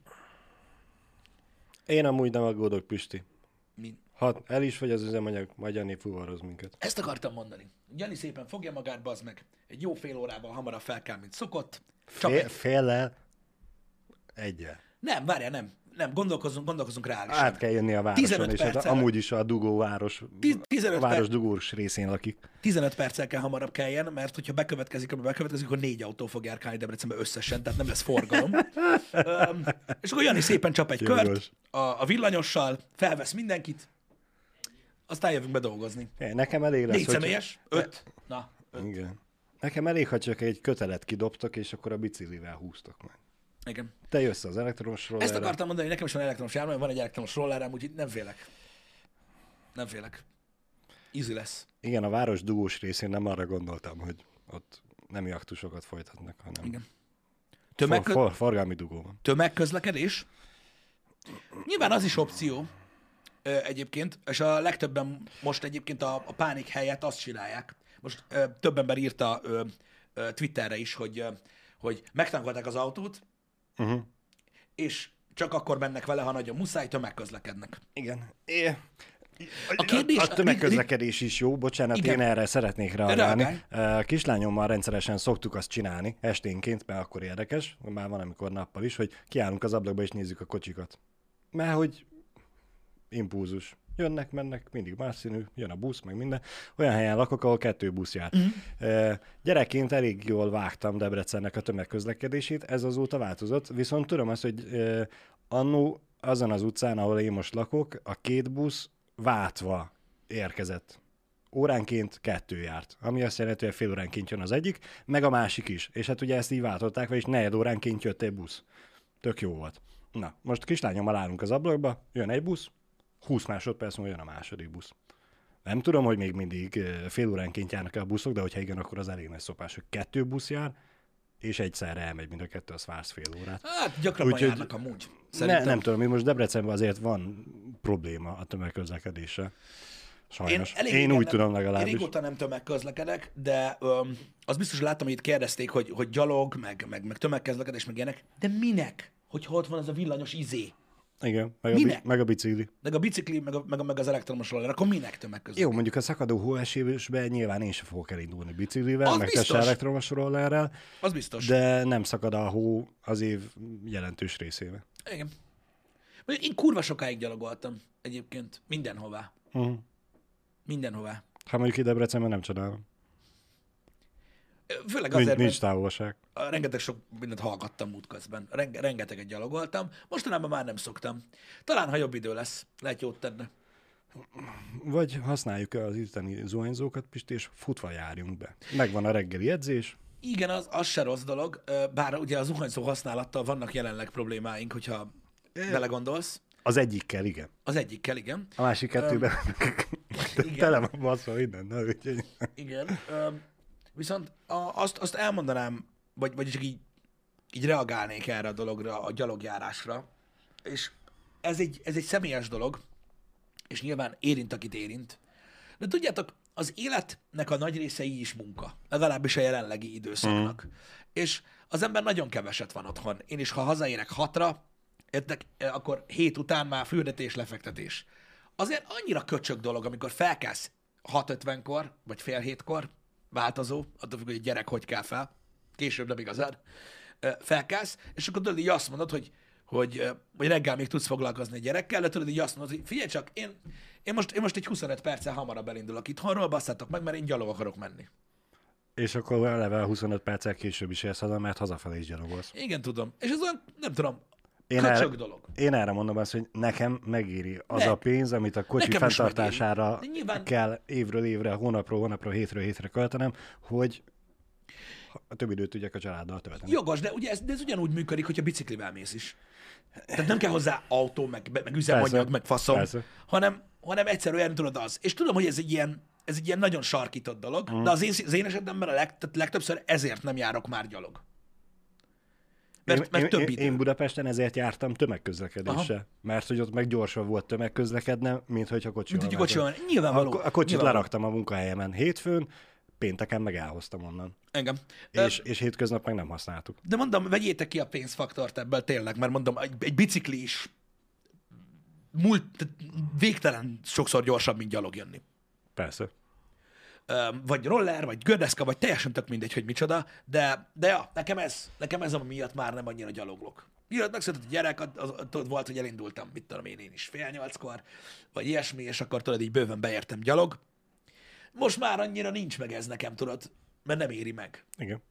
Én amúgy nem aggódok, Pisti. Min? Ha el is vagy az üzemanyag, majd Jani fuvaroz minket. Ezt akartam mondani. Jani szépen fogja magát, bazd meg. Egy jó fél órával hamarabb fel kell, mint szokott. Féllel? Egyel. Nem, várjál, nem. Nem, gondolkozunk reálisan. Át kell jönni a városon, 15 és hát perccel. amúgy is a dugóváros, 15 a város dugós részén lakik. 15 perccel kell hamarabb kelljen, mert hogyha bekövetkezik, akkor 4 autó fog járkálni Debrecenbe összesen, tehát nem lesz forgalom. És akkor Jani szépen csap egy kört a villanyossal, felvesz mindenkit, aztán jövünk be dolgozni. Nekem elég lesz, 4 személyes, 5. Na, 5. Igen. Nekem elég, ha csak egy kötelet kidobtok, és akkor a biciklivel húztok meg. Igen. Te jössz az elektromos rollerre. Ezt akartam mondani, hogy nekem is van elektromos jármű, van egy elektromos rollerem, úgyhogy nem félek. Nem félek. Easy lesz. Igen, a város dugós részén nem arra gondoltam, hogy ott nem jaktusokat folytatnak, hanem Igen. Forgalmi dugó van. Tömegközlekedés. Nyilván az is opció egyébként, és a legtöbben most egyébként a pánik helyett azt csinálják. Most több ember írta Twitterre is, hogy megtankolták az autót, és csak akkor mennek vele, ha nagyon muszáj, tömegközlekednek. Igen. A tömegközlekedés is jó, bocsánat, igen. Én erre szeretnék reagálni. Kislányommal rendszeresen szoktuk azt csinálni, esténként, mert akkor érdekes, már van amikor nappal is, hogy kiállunk az ablakba és nézzük a kocsikat. Mert hogy impulzus. Jönnek, mennek, mindig más színű, jön a busz, meg minden. Olyan helyen lakok, ahol 2 busz jár. Gyerekként elég jól vágtam Debrecennek a tömegközlekedését, ez azóta változott, viszont tudom azt, hogy annó azon az utcán, ahol én most lakok, a 2 busz váltva érkezett. Óránként 2 járt, ami azt jelenti, hogy fél óránként jön az egyik, meg a másik is. És hát ugye ezt így váltották, vagyis 4 óránként jött egy busz. Tök jó volt. Na, most kislányommal állunk az ablakba, jön egy busz, 20 másodperc múlva jön a második busz. Nem tudom, hogy még mindig fél óránként járnak el a buszok, de hogyha igen, akkor az elég nagy szopás, hogy 2 busz jár, és egyszerre elmegy mind a 2, az vársz fél órát. Hát gyakrabban járnak amúgy. Nem tudom, mi most Debrecenben azért van probléma a tömegközlekedéssel. Sajnos. Én úgy tudom legalábbis. Én régóta nem tömegközlekedek, de az biztos, hogy láttam, hogy itt kérdezték, hogy gyalog, meg tömegközlekedés, meg ilyenek. De minek? Hogyha ott van az a villanyos izé. Igen, meg a bicikli. Meg a bicikli, meg az elektromos roller, akkor minek tömegközlekedés? Jó, mondjuk a szakadó hóesésben nyilván én sem fogok elindulni biciklivel, az meg te se elektromos rollerrel. Az biztos. De nem szakad a hó az év jelentős részébe. Igen. Én kurva sokáig gyalogoltam egyébként mindenhová. Mindenhová. Ha mondjuk ide Debrecenben nem csodálom. Főleg azért, nincs távolság. Rengeteg sok mindent hallgattam útközben. Rengeteget gyalogoltam. Mostanában már nem szoktam. Talán, ha jobb idő lesz, lehet jót tenne. Vagy használjuk az itteni zuhanyzókat, Pisti, és futva járjunk be. Megvan a reggeli edzés. Igen, az se rossz dolog, bár ugye az zuhanyzó használattal vannak jelenleg problémáink, hogyha belegondolsz. Az egyikkel, igen. Az egyikkel, igen. A másik kettőben tele van baszva minden. Na, úgyhogy... Igen. Viszont azt elmondanám, vagy csak így reagálnék erre a dologra, a gyalogjárásra, és ez egy személyes dolog, és nyilván érint, akit érint. De tudjátok, az életnek a nagy része így is munka, legalábbis a jelenlegi időszaknak. És az ember nagyon keveset van otthon. Én is, ha hazaérek 6-ra, akkor 7 után már fürdetés, lefektetés. Azért annyira köcsög dolog, amikor felkelsz 6:50-kor, vagy fél 7-kor, változó, attól függ, hogy a gyerek hogy kell fel, később nem igazán, felkelsz, és akkor tudod, így azt mondod, hogy reggel még tudsz foglalkozni a gyerekkel, de tudod, így azt mondod, hogy figyelj csak, én most egy 25 perccel hamarabb elindulok itthonról, basszátok meg, mert én gyalog akarok menni. És akkor eleve 25 perccel később is érsz haza, mert hazafelé is gyalogolsz. Igen, tudom. És ez olyan, nem tudom, dolog. Én erre mondom azt, hogy nekem megéri az a pénz, amit a kocsi fenntartására nyilván... kell évről évre, hónapról hónapra, hétről hétre költenem, hogy a több időt tudjak a családdal tölteni. Jogos, de ugye ez ugyanúgy működik, hogyha biciklivel mész is. Tehát nem kell hozzá autó, meg üzemanyag, meg faszom, hanem egyszerűen tudod az. És tudom, hogy ez egy ilyen nagyon sarkított dolog, de az én esetemben legtöbbször ezért nem járok már gyalog. Mert több idő. Én Budapesten ezért jártam tömegközlekedéssel. Aha. Mert hogy ott meg gyorsan volt tömegközlekednem, mint hogyha kocsival. Nyilvánvaló. A kocsit leraktam a munkahelyemen hétfőn, pénteken meg elhoztam onnan. Engem. És hétköznap meg nem használtuk. De mondom, vegyétek ki a pénzfaktort ebből tényleg, mert mondom, egy bicikli is végtelen sokszor gyorsabb, mint gyalog jönni. Persze. Vagy roller, vagy gördeszka, vagy teljesen tök mindegy, hogy micsoda, de ja, nekem ez ami miatt már nem annyira gyaloglok. Mielőtt megszületett a gyerek, tudod, volt, hogy elindultam, mit tudom én is, 7:30-kor, vagy ilyesmi, és akkor tudod, így bőven beértem gyalog. Most már annyira nincs meg ez nekem, tudod, mert nem éri meg. Igen.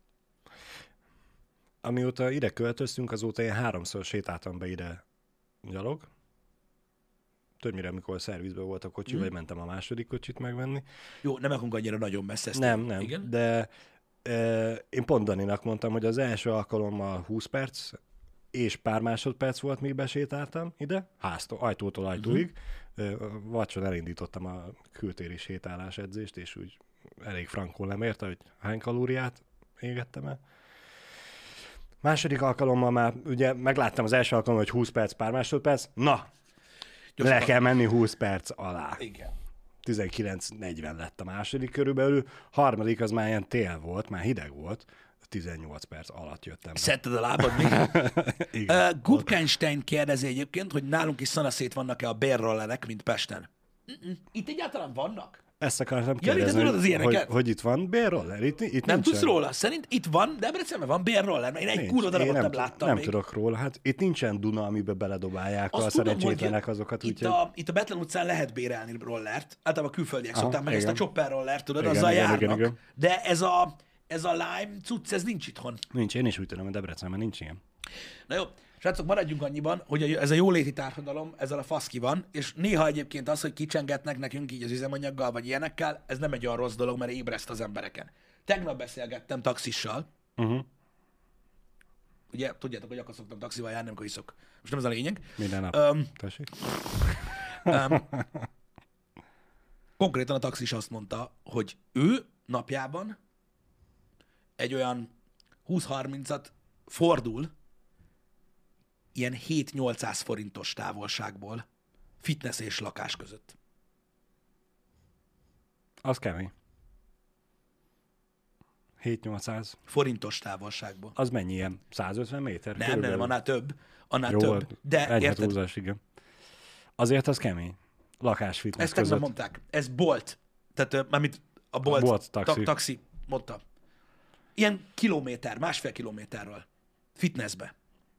Amióta ide költöztünk, azóta én 3-szor sétáltam be ide gyalog. Többnyire, amikor szervizben volt a kocsi, vagy mentem a második kocsit megvenni. Jó, nem akarunk annyira nagyon messze. Nem, igen? de én pont Daninak mondtam, hogy az első alkalommal 20 perc és pár másodperc volt, míg besétáltam ide, ajtótól ajtóig. Vacson elindítottam a kültéri sétálás edzést, és úgy elég frankul nem érte, hogy hány kalóriát égettem el. Második alkalommal már ugye megláttam az első alkalommal, hogy 20 perc, pár másodperc. Na, le kell menni 20 perc alá. Igen. 19:40 lett a második körülbelül. Harmadik az már ilyen tél volt, már hideg volt. 18 perc alatt jöttem be. Szedted a lábad még? Gubkenstein kérdezi egyébként, hogy nálunk is szanaszét vannak-e a bérrollerek, mint Pesten. Itt egyáltalán vannak? Ezt akartam kérdezni, hogy itt van bérroller? Itt nem nincsen. tudsz róla? Szerint itt van, Debrecenben van bérroller, mert én egy kurva darabot nem láttam nem még. tudok róla. Hát itt nincsen Duna, amiben beledobálják a szerencsétlenek azokat. Itt a Betlen utcán lehet bérelni rollert. Általában külföldiek szokták meg ezt a chopper rollert, tudod, azzal járnak. Igen. De ez a Lime cucc, ez nincs itthon. Nincs, én is úgy tudom, hogy Debrecenben nincs ilyen. Na jó, srácok, maradjunk annyiban, hogy ez a jóléti társadalom ezzel a faszki van, és néha egyébként az, hogy kicsengetnek nekünk így az üzemanyaggal, vagy ilyenekkel, ez nem egy olyan rossz dolog, mert ébreszt az embereken. Tegnap beszélgettem taxissal. Ugye, tudjátok, hogy akkor szoktam taxival járni, amikor iszok. Most nem ez a lényeg. Minden nap. Tessék? Konkrétan a taxis azt mondta, hogy ő napjában egy olyan 20-30-at fordul ilyen 7-800 forintos távolságból fitness és lakás között. Az kemény. 7-800 forintos távolságból. Az mennyi ilyen? 150 méter? Nem, annál több. Annál jó, több. De érted? Húzás, igen. Azért az kemény. Lakás fitness ezt között. mondták. Ez bolt. Tehát mármint a bolt taxi mondta. Ilyen kilométer, 1,5 kilométerről. Fitnessbe.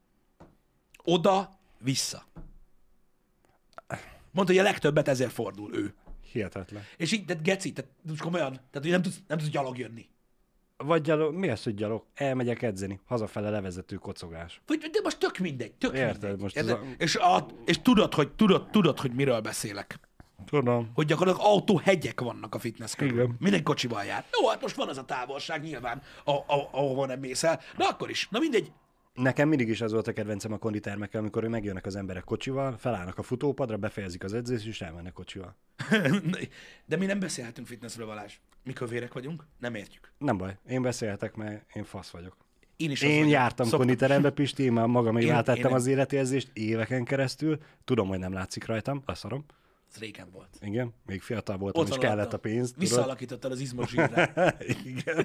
Oda-vissza. Mondta, hogy a legtöbbet ezért fordul ő. Hihetetlen. És így, tehát geci, tehát komolyan, tehát hogy nem tudsz gyalog jönni. Vagy gyalog, mi az, hogy gyalog? Elmegyek edzeni, hazafele levezető kocogás. Vagy, de most tök mindegy, Érted, mindegy. most Érted? És tudod, hogy miről beszélek. Tudom. Hogy gyakorlatilag autóhegyek vannak a fitness körül. Igen. Minden kocsival jár. Jó, hát most van az a távolság nyilván, ahova nem mész el. De akkor is. Na mindegy. Nekem mindig is az volt a kedvencem a konditermekkel, amikor megjönnek az emberek kocsival, felállnak a futópadra, befejezik az edzést, és elmennek kocsival. De mi nem beszélhetünk fitnessről, Balázs. Mi kövérek vagyunk, nem értjük. Nem baj, én beszélhetek, mert én fasz vagyok. Én jártam konditerembe, Pisti, én már magamig átettem az életérzést éveken keresztül. Tudom, hogy nem látszik rajtam, leszarom. Ez régen volt. Igen, még fiatal voltam, és kellett a pénz. Visszaalakítottad az izmos zsírre. Igen.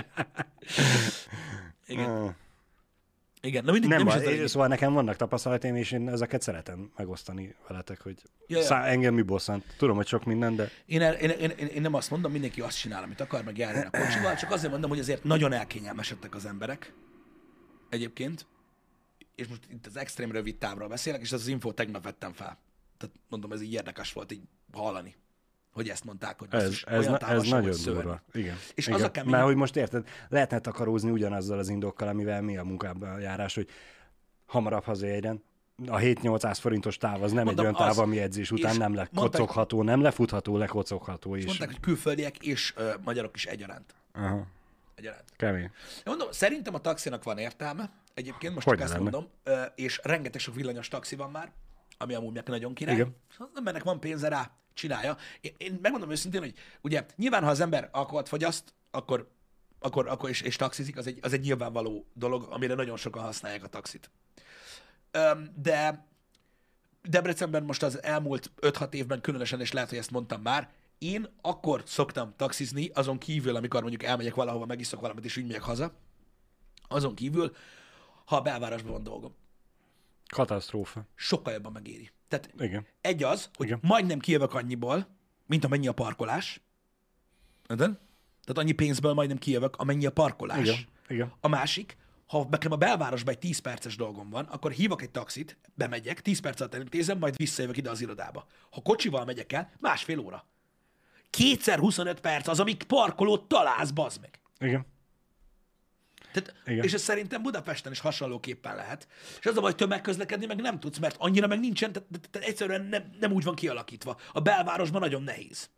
Igen. Igen, na mindig nem baj, szóval nekem vannak tapasztalataim, és én ezeket szeretem megosztani veletek, hogy engem mi bosszant. Tudom, hogy sok minden, de... Én nem azt mondom, mindenki azt csinál, amit akar, meg járjon a kocsival, csak azért mondom, hogy azért nagyon elkényelmesedtek az emberek egyébként, és most itt az extrém rövid távról beszélek, és az infót tegnap vettem fel. Tehát mondom, ez így érdekes volt így hallani, hogy ezt mondták, hogy ez nagyon durva. Igen. És igen. Az a kemény... Mert hogy most érted, lehetne takarózni ugyanazzal az indokkal, amivel mi a munkában járás, hogy hamarabb hazaérjen. A 7-800 forintos táv az nem mondom, egy olyan táv, ami edzés után nem lekocogható, nem lefutható, lekocogható is. Mondták, hogy külföldiek és magyarok is egyaránt. Aha. Egyaránt. Kemény. Mondom, szerintem a taxinak van értelme, egyébként most csak ezt mondom, és rengeteg sok villanyos taxi van már, ami amúgy meg nagyon király. Igen. Az embernek van pénze rá, csinálja. Én megmondom őszintén, hogy ugye nyilván, ha az ember alkoholt fogyaszt, akkor és taxizik, az egy nyilvánvaló dolog, amire nagyon sokan használják a taxit. De Debrecenben most az elmúlt 5-6 évben különösen, és lehet, hogy ezt mondtam már, én akkor szoktam taxizni, azon kívül, amikor mondjuk elmegyek valahova, megiszok valamit, és úgy megyek haza, azon kívül, ha a belvárosban van dolgom. Katasztrófa. Sokkal jobban megéri. Tehát igen. Egy az, hogy majdnem kijövök annyiból, mint amennyi a parkolás. Tehát annyi pénzből majdnem kijövök, amennyi a parkolás. Igen. A másik, ha nekem a belvárosban egy 10 perces dolgom van, akkor hívok egy taxit, bemegyek, 10 perc alatt elintézem, majd visszajövök ide az irodába. Ha kocsival megyek el, 1,5 óra. 2x25 perc az, amíg parkolót találsz, bazd meg. Igen. Tehát, Igen. és ez szerintem Budapesten is hasonlóképpen lehet. És az a baj, hogy tömegközlekedni meg nem tudsz, mert annyira meg nincsen, tehát egyszerűen nem úgy van kialakítva. A belvárosban nagyon nehéz.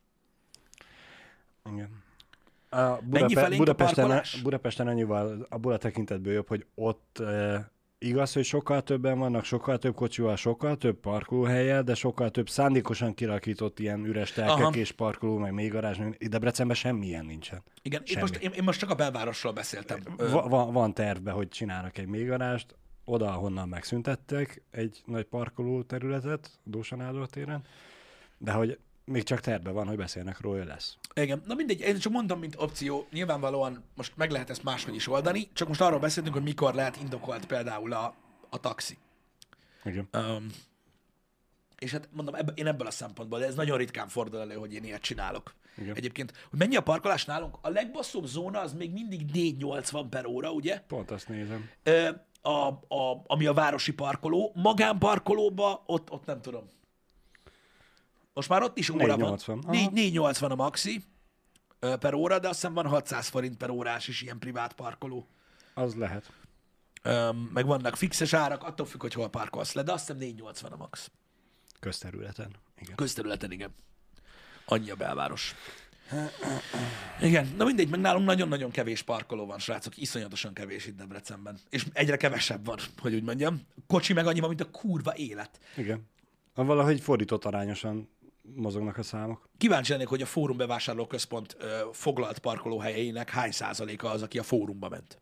Igen. Mennyi felénk a parkolás? Budapesten annyival abból a tekintetből jobb, hogy ott igaz, hogy sokkal többen vannak, sokkal több kocsival, sokkal több parkolóhellyel, de sokkal több szándékosan kirakított ilyen üres telkek és parkoló, meg még garázs. Debrecenben semmilyen nincsen. Igen, én most csak a belvárosról beszéltem. Van tervbe, hogy csinálnak egy mélygarást, oda, ahonnan megszüntettek egy nagy parkoló területet, Dósa Nádor téren, de hogy még csak tervben van, hogy beszélnek róla, hogy lesz. Igen, na mindegy, én csak mondom, mint opció, nyilvánvalóan most meg lehet ezt máshogy is oldani, csak most arról beszéltünk, hogy mikor lehet indokolt például a taxi. Igen. És hát mondom, én ebből a szempontból, de ez nagyon ritkán fordul elő, hogy én ilyet csinálok. Igen. Egyébként, hogy mennyi a parkolás nálunk? A legbasszóbb zóna az még mindig 480 per óra, ugye? Pont azt nézem. Ami a városi parkoló. Magánparkolóba, ott nem tudom. Most már ott is óra 480. van. 480 a maxi per óra, de azt hiszem van 600 forint per órás is ilyen privát parkoló. Az lehet. Meg vannak fixes árak, attól függ, hogy hol parkolsz le, de azt hiszem 480 a max. Közterületen. Igen. Közterületen, igen. Annyi a belváros. Igen, na mindegy, meg nálunk nagyon-nagyon kevés parkoló van, srácok, iszonyatosan kevés itt Debrecenben. És egyre kevesebb van, hogy úgy mondjam. Kocsi meg annyi van, mint a kurva élet. Igen. Valahogy fordított arányosan mozognak a számok. Kíváncsi lennék, hogy a Fórum bevásárlóközpont foglalt parkolóhelyeinek hány százaléka az, aki a Fórumba ment.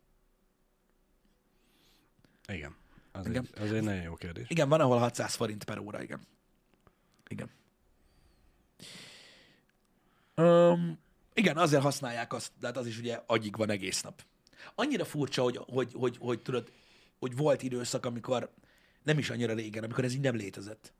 Igen. Az egy nagyon jó kérdés. Igen, van, ahol 600 forint per óra, igen. Igen. Igen, azért használják azt, de hát az is ugye agyig van egész nap. Annyira furcsa, hogy tudod, hogy volt időszak, amikor nem is annyira régen, amikor ez így nem létezett.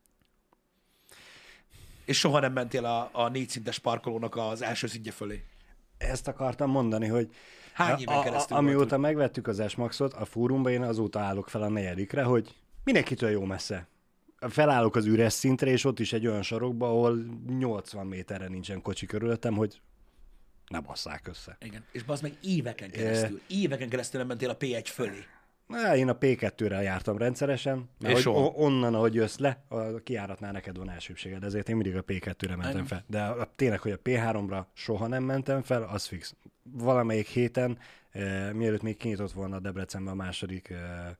És soha nem mentél a 4 szintes parkolónak az első szintje fölé. Ezt akartam mondani, hogy hány éven keresztül amióta megvettük az S-Maxot, a fórumban én azóta állok fel a 4-re, hogy mindenkitől jó messze. Felállok az üres szintre, és ott is egy olyan sarokba, ahol 80 méterre nincsen kocsi körülöttem, hogy ne basszák össze. Igen, és bazd meg éveken keresztül nem mentél a P1 fölé. Én a P2-re jártam rendszeresen, mert onnan, ahogy jössz le, a kijáratnál neked van elsőbséged, ezért én mindig a P2-re mentem fel. De tényleg, hogy a P3-ra soha nem mentem fel, az fix. Valamelyik héten, mielőtt még kinyitott volna Debrecenben a második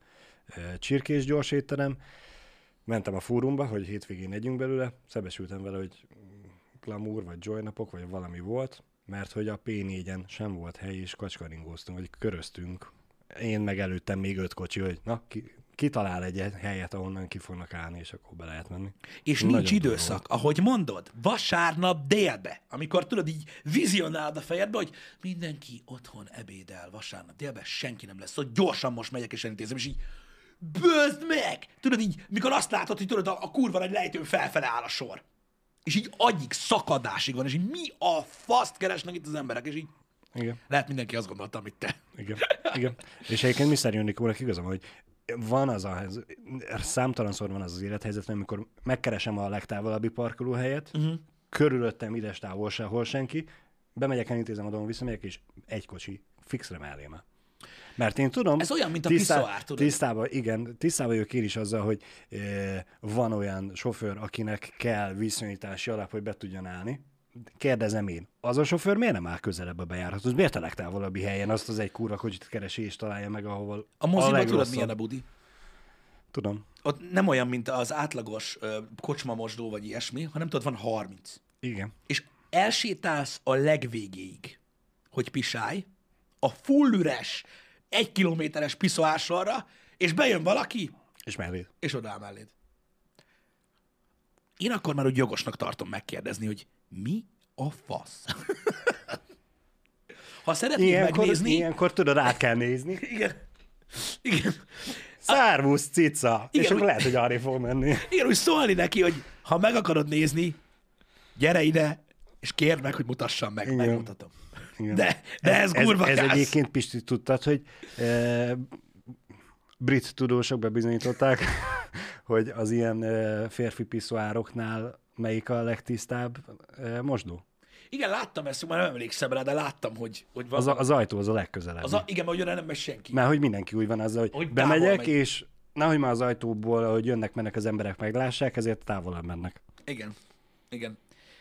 csirkés gyors étterem, mentem a fórumba, hogy hétvégén együnk belőle, szembesültem vele, hogy glamour, vagy joy napok, vagy valami volt, mert hogy a P4-en sem volt hely, és kacskaringóztunk, vagy köröztünk. Én meg előttem még 5 kocsi, hogy na, ki talál egy helyet, ahonnan ki fognak állni, és akkor be lehet menni. És nagyon nincs időszak, ahogy mondod, vasárnap délbe, amikor tudod, így vizionálod a fejedbe, hogy mindenki otthon ebédel vasárnap délbe, senki nem lesz, hogy gyorsan most megyek és elintézem, és így bőzd meg! Tudod így, mikor azt látod, hogy tudod, a kurva nagy lejtőn felfele áll a sor. És így agyig szakadásig van, és így mi a faszt keresnek itt az emberek, és így igen. Lehet mindenki azt gondolta, amit te. Igen. És egyébként Mr. Unicónak igazam, hogy van számtalanszor van az élethelyzetben, amikor megkeresem a legtávolabbi parkolóhelyet, körülöttem ides távol sehol senki, bemegyek, elintézem a dolgom, visszamegyek, és egy kocsi fixre mellém. Mert én tudom... Ez olyan, mint a piszoár, tudod? Tisztában vagyok én is azzal, hogy van olyan sofőr, akinek kell viszonyítási alap, hogy be tudjon állni. Kérdezem én, az a sofőr miért nem áll közelebb a bejárathoz? Miért a legtávolabbi helyen azt az egy kurva kocsit keresi és találja meg, ahol a moziban tudod, milyen a budi? Tudom. Ott nem olyan, mint az átlagos kocsmamosdó vagy ilyesmi, hanem tudod, van 30. Igen. És elsétálsz a legvégéig, hogy pisálj, a full üres, 1 kilométeres piszoársorra, és bejön valaki, és melléd. És odaáll melléd. Én akkor már úgy jogosnak tartom megkérdezni, hogy mi a fasz? Ha szeretnéd megnézni... Ilyenkor tudod, át kell nézni. Igen. Szárvusz, cica. Igen, és akkor lehet, hogy arra fog menni. Igen, úgy szólni neki, hogy ha meg akarod nézni, gyere ide, és kérd meg, hogy mutassam meg, Igen. megmutatom. Igen. De ez kurva ez gáz. egyébként, Pisti, tudtad, hogy brit tudósok bebizonyították, hogy az ilyen férfi piszoároknál melyik a legtisztább mosdó? Igen, láttam ezt, már nem emlékszem rá, de láttam, hogy van. Az ajtó az a legközelebb. Igen, mert ugyan nem megy senki. Mert hogy mindenki úgy van azzal, hogy bemegyek, megy. és nehogy már az ajtóból, ahogy jönnek-mennek az emberek meglássák, ezért távolabb mennek. Igen. Igen.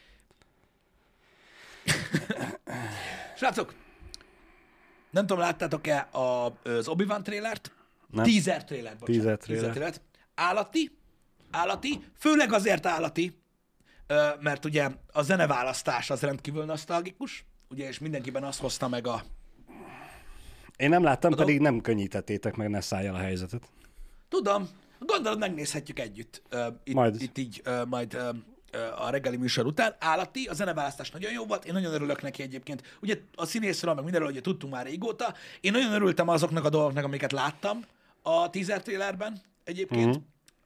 Srácok, nem tudom, láttátok-e az Obi-Wan trailert? Nem. Teaser trailert, bocsánat. Teaser trailer. Állati, főleg azért állati, mert ugye a zeneválasztás az rendkívül nosztalgikus, ugye, és mindenkiben azt hozta meg a... Én nem láttam, pedig nem könnyítettétek meg, ne szálljal a helyzetet. Tudom, gondolod, megnézhetjük együtt Majd. itt így a reggeli műsor után. Állati, a zeneválasztás nagyon jó volt, én nagyon örülök neki egyébként. Ugye a színészről, meg mindenről ugye tudtunk már régóta. Én nagyon örültem azoknak a dolgoknak, amiket láttam a teaser trailerben egyébként.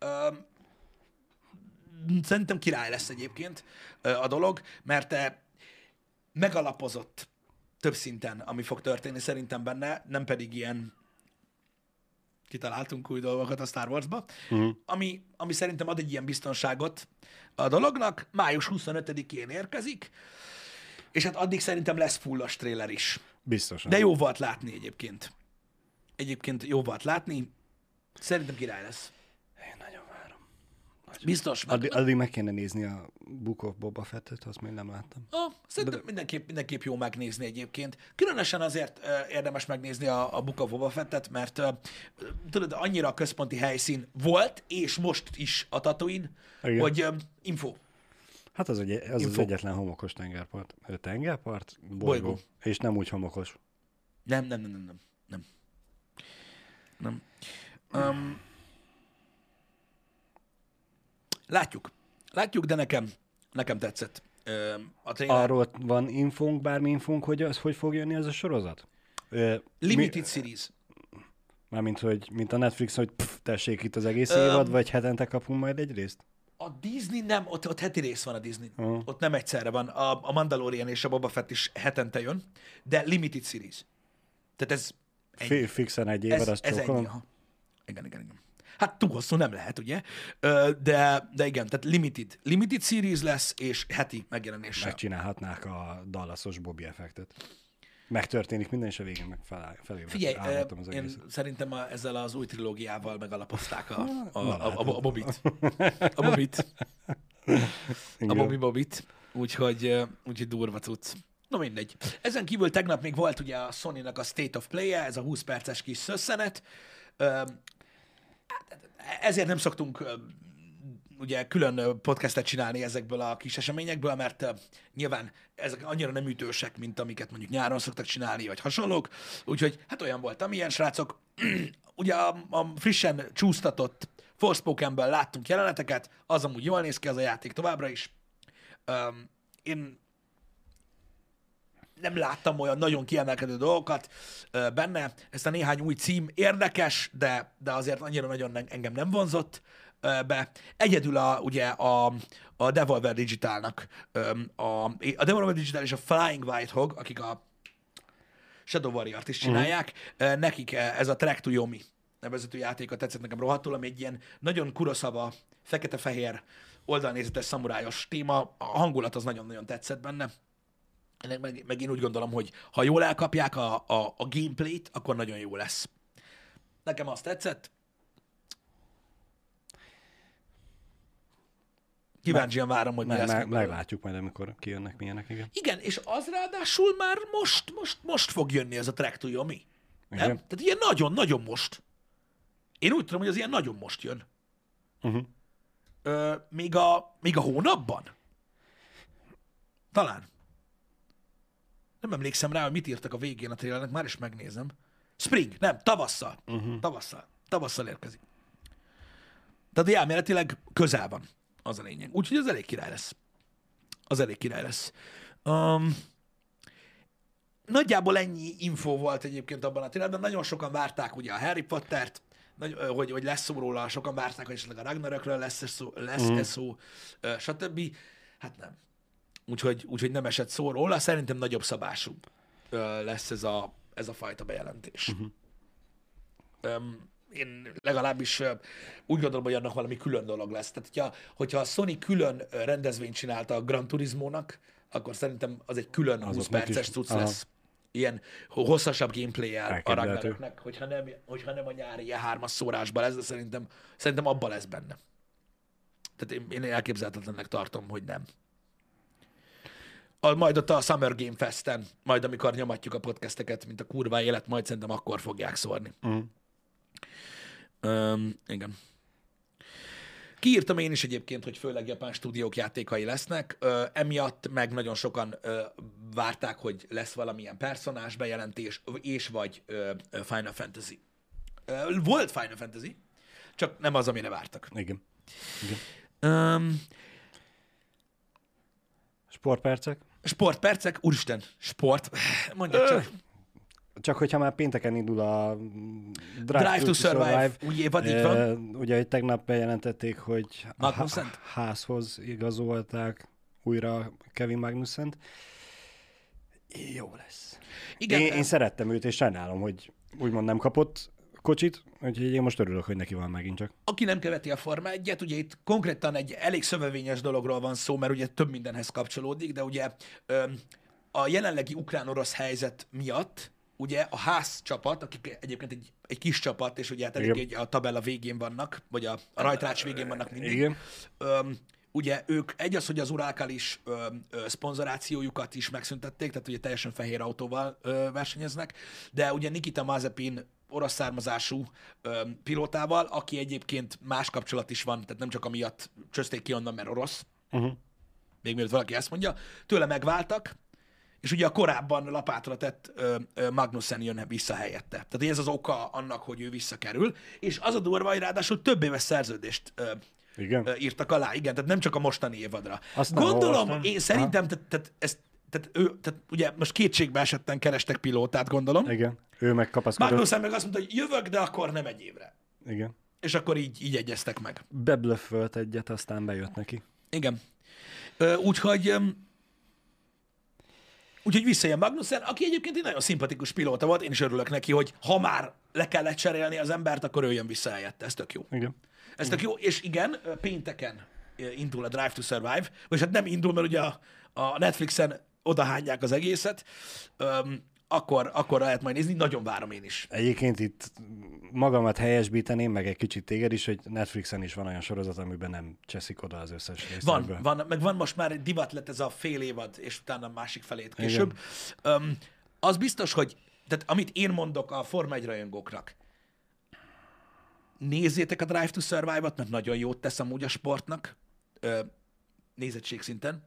Szerintem király lesz egyébként a dolog, mert megalapozott több szinten, ami fog történni szerintem benne, nem pedig ilyen kitaláltunk új dolgokat a Star Wars-ba, ami szerintem ad egy ilyen biztonságot a dolognak. Május 25-én érkezik, és hát addig szerintem lesz fullos trailer is. Biztosan. De jó volt látni egyébként. Egyébként jó volt látni. Szerintem király lesz. Én nagyon várom. Biztos. Addig meg kéne nézni a Book of Boba Fettet, azt még nem láttam. Szerintem mindenképp jó megnézni egyébként. Különösen azért érdemes megnézni a Book of Boba Fettet, mert tudod, annyira a központi helyszín volt, és most is a Tatooine, Igen. hogy info. Hát az egyetlen homokos tengerpart. Tengerpart? Bolygó. És nem úgy homokos. Nem. Látjuk, de nekem tetszett a trailer. Arról van infónk, bármi infónk, hogy az hogy fog jönni ez a sorozat? Limited series. Mármint, hogy mint a Netflix, hogy tessék itt az egész évad, vagy hetente kapunk majd egy részt? A Disney nem, ott heti rész van a Disney. Ott nem egyszerre van. A Mandalorian és a Boba Fett is hetente jön, de limited series. Tehát ez ennyi. Fixen egy évad, azt ez ennyi. csókolom. Aha. Igen. Hát túl hosszú nem lehet, ugye? De igen, tehát limited series lesz, és heti megjelenéssel. Megcsinálhatnák a Dallasos Bobby effektet. Megtörténik minden, és a végén meg felébredek. Figyelj, én szerintem ezzel az új trilógiával megalapozták a Bobit. A Bobit. A Bobit. Úgyhogy durva cucc. No mindegy. Ezen kívül tegnap még volt ugye a Sony-nak a State of Play-je, ez a 20 perces kis szösszenet. Ezért nem szoktunk ugye külön podcastet csinálni ezekből a kis eseményekből, mert nyilván ezek annyira nem ütősek, mint amiket mondjuk nyáron szoktak csinálni, vagy hasonlók. Úgyhogy hát olyan volt, amilyen srácok. Ugye a frissen csúsztatott Forspokenből láttunk jeleneteket, az amúgy jól néz ki az a játék továbbra is. Én nem láttam olyan nagyon kiemelkedő dolgokat benne. Ezt a néhány új cím érdekes, de azért annyira nagyon engem nem vonzott be. Egyedül a Devolver Digitalnak, a Devolver Digital és a Flying White Hog, akik a Shadow Warrior-t is csinálják, nekik ez a Track to Yomi nevezetű játéka tetszett nekem rohadtul, ami egy ilyen nagyon Kurosawa, fekete-fehér, oldalnézetes szamurájos téma. A hangulat az nagyon-nagyon tetszett benne. Meg én úgy gondolom, hogy ha jól elkapják a gameplayt, akkor nagyon jó lesz. Nekem azt tetszett. Kíváncsian várom, hogy mi lesz. Meglátjuk majd, amikor kijönnek milyenek, igen. Igen, és az ráadásul már most fog jönni ez a Track to Yomi. Nem? Tehát ilyen nagyon-nagyon most. Én úgy tudom, hogy az ilyen nagyon most jön. Még a hónapban? Talán. Nem emlékszem rá, hogy mit írtak a végén a trailernek, már is megnézem. Spring, nem, tavasszal. Tavasszal érkezik. Tehát elméletileg közel van, az a lényeg. Úgyhogy az elég király lesz. Nagyjából ennyi info volt egyébként abban a trailerben. Nagyon sokan várták ugye a Harry Pottert, hogy lesz szó róla, sokan várták, hogy esetleg a Ragnarökről lesz szó, stb. Hát nem. úgyhogy nem esett szó róla. Szerintem nagyobb szabású lesz ez a fajta bejelentés. Én legalábbis úgy gondolom, hogy annak valami külön dolog lesz. Tehát, hogyha a Sony külön rendezvényt csinálta a Gran Turismo-nak, akkor szerintem az egy külön 20 perces cucc lesz. Ilyen hosszasabb gameplay-el a Ragnaröknek, hogyha nem a nyári ilyen 3-as szórásban lesz, de szerintem abban lesz benne. Tehát én elképzelhetetlennek tartom, hogy nem. Majd ott a Summer Game Festen, majd amikor nyomatjuk a podcasteket, mint a kurva élet, majd szerintem akkor fogják szórni. Igen. Kiírtam én is egyébként, hogy főleg japán stúdiók játékai lesznek, emiatt meg nagyon sokan várták, hogy lesz valamilyen personás bejelentés, és vagy Final Fantasy. Volt Final Fantasy, csak nem az, amire vártak. Igen. Sportpercek, úristen, sport. Mondja csak. Csak hogyha már pénteken indul a Drive to Survive, új évad, így van. Ugye, hogy tegnap bejelentették, hogy Magnussen házhoz igazolták újra Kevin Magnussent. Jó lesz. Igen, én szerettem őt, és sajnálom, hogy úgymond nem kapott kocsit, úgyhogy én most örülök, hogy neki van megint csak. Aki nem követi a Forma 1-et, ugye itt konkrétan egy elég szövevényes dologról van szó, mert ugye több mindenhez kapcsolódik, de ugye a jelenlegi ukrán-orosz helyzet miatt ugye a Haas csapat, akik egyébként egy kis csapat, és ugye hát elég a tabella végén vannak, vagy a rajtrács végén vannak mindig. Igen. Ugye ők hogy az Uralkalis szponzorációjukat is megszüntették, tehát ugye teljesen fehér autóval versenyeznek, de ugye Nikita Mazepin orosz származású pilótával, aki egyébként más kapcsolat is van, tehát nem csak amiatt csözték ki onnan, mert orosz, még mielőtt valaki ezt mondja, tőle megváltak, és ugye a korábban lapátra tett Magnussen jön vissza helyette. Tehát ez az oka annak, hogy ő visszakerül, és az a durva, hogy ráadásul több éves szerződést írtak alá, igen, tehát nem csak a mostani évadra. Gondolom, én szerintem, tehát ugye most kétségbe esetten kerestek pilótát, gondolom. Igen, ő meg kapaszkodott. Magnussen meg azt mondta, hogy jövök, de akkor nem egy évre. Igen. És akkor így egyeztek meg. Beblöffölt egyet, aztán bejött neki. Igen. Úgyhogy visszajön Magnussen, aki egyébként egy nagyon szimpatikus pilóta volt, én is örülök neki, hogy ha már le kellett cserélni az embert, akkor ő jön vissza helyette. Ez tök jó. Igen. Ez tök jó, és igen, pénteken indul a Drive to Survive, vagy hát nem indul, mert ugye a Netflixen odahányják az egészet, akkor lehet majd nézni, nagyon várom én is. Egyébként itt magamat helyesbíteném, meg egy kicsit téged is, hogy Netflixen is van olyan sorozat, amiben nem cseszik oda az összes részt. Van most már divat lett ez a fél évad, és utána a másik felét később. Az biztos, hogy tehát amit én mondok a Forma 1 rajongóknak, nézzétek a Drive to Survive-ot, mert nagyon jót tesz amúgy a sportnak, nézettség szinten,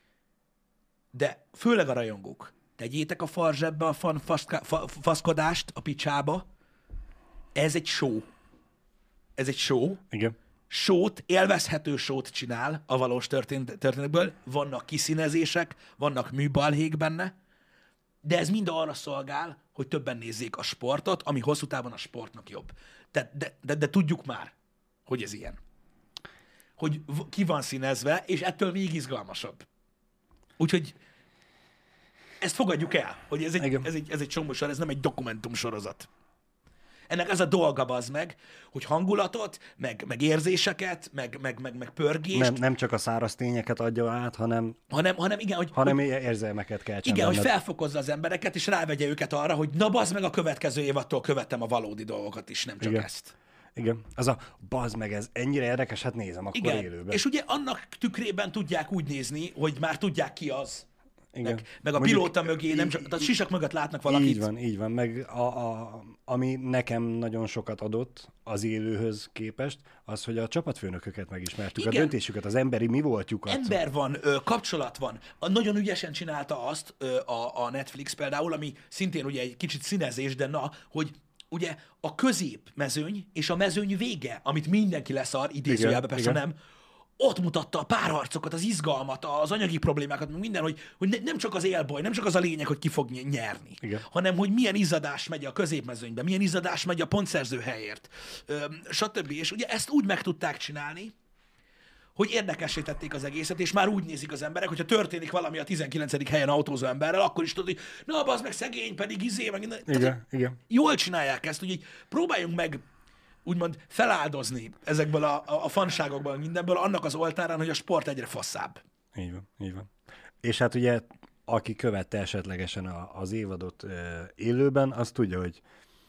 de főleg a rajongók, tegyétek a farzsebbe a faszkodást a picsába, ez egy show. Ez egy show. Igen. Sót, élvezhető sót csinál a valós történetből, vannak kiszínezések, vannak műbalhék benne, de ez mind arra szolgál, hogy többen nézzék a sportot, ami hosszú távon a sportnak jobb. De tudjuk már, hogy ez ilyen. Hogy ki van színezve, és ettől még izgalmasabb. Úgyhogy ezt fogadjuk el, hogy ez egy csomósor, ez nem egy dokumentumsorozat. Ennek az a dolga, bazd meg, hogy hangulatot, meg érzéseket, meg pörgést. Nem csak a száraz tényeket adja át, hanem igen, hanem érzelmeket kell csinálni. Igen, hogy felfokozza az embereket, és rávegye őket arra, hogy na bazd meg, a következő évattól követem a valódi dolgokat is, nem csak ezt. Igen, az a bazd meg, ez ennyire érdekes, hát nézem akkor igen. Élőben. És ugye annak tükrében tudják úgy nézni, hogy már tudják ki az. Igen. Meg a pilóta mögé, nem csak, a sisak mögött látnak valakit. Így van. Meg ami nekem nagyon sokat adott az élőhöz képest, az, hogy a csapatfőnököket megismertük, igen. A döntésüket, az emberi mi voltjukat. Ember van, kapcsolat van. Nagyon ügyesen csinálta azt a Netflix például, ami szintén ugye egy kicsit színezés, de hogy ugye a középmezőny és a mezőny vége, amit mindenki leszar, idézőjelben persze nem, ott mutatta a párharcokat, az izgalmat, az anyagi problémákat, minden, hogy nem csak az élbaj, nem csak az a lényeg, hogy ki fog nyerni, igen. Hanem hogy milyen izzadás megy a középmezőnybe, milyen izzadás megy a pontszerző helyért, stb. És ugye ezt úgy meg tudták csinálni, hogy érdekessé tették az egészet, és már úgy nézik az emberek, hogyha történik valami a 19. helyen autózó emberrel, akkor is tudod, hogy na, bazd meg szegény, pedig meg minden. Igen, Tehát, igen. jól csinálják ezt, úgyhogy próbáljunk meg úgymond feláldozni ezekből a fanságokból, mindenből, annak az oltárán, hogy a sport egyre faszább. Így van, így van. És hát ugye, aki követte esetlegesen az évadot élőben, az tudja, hogy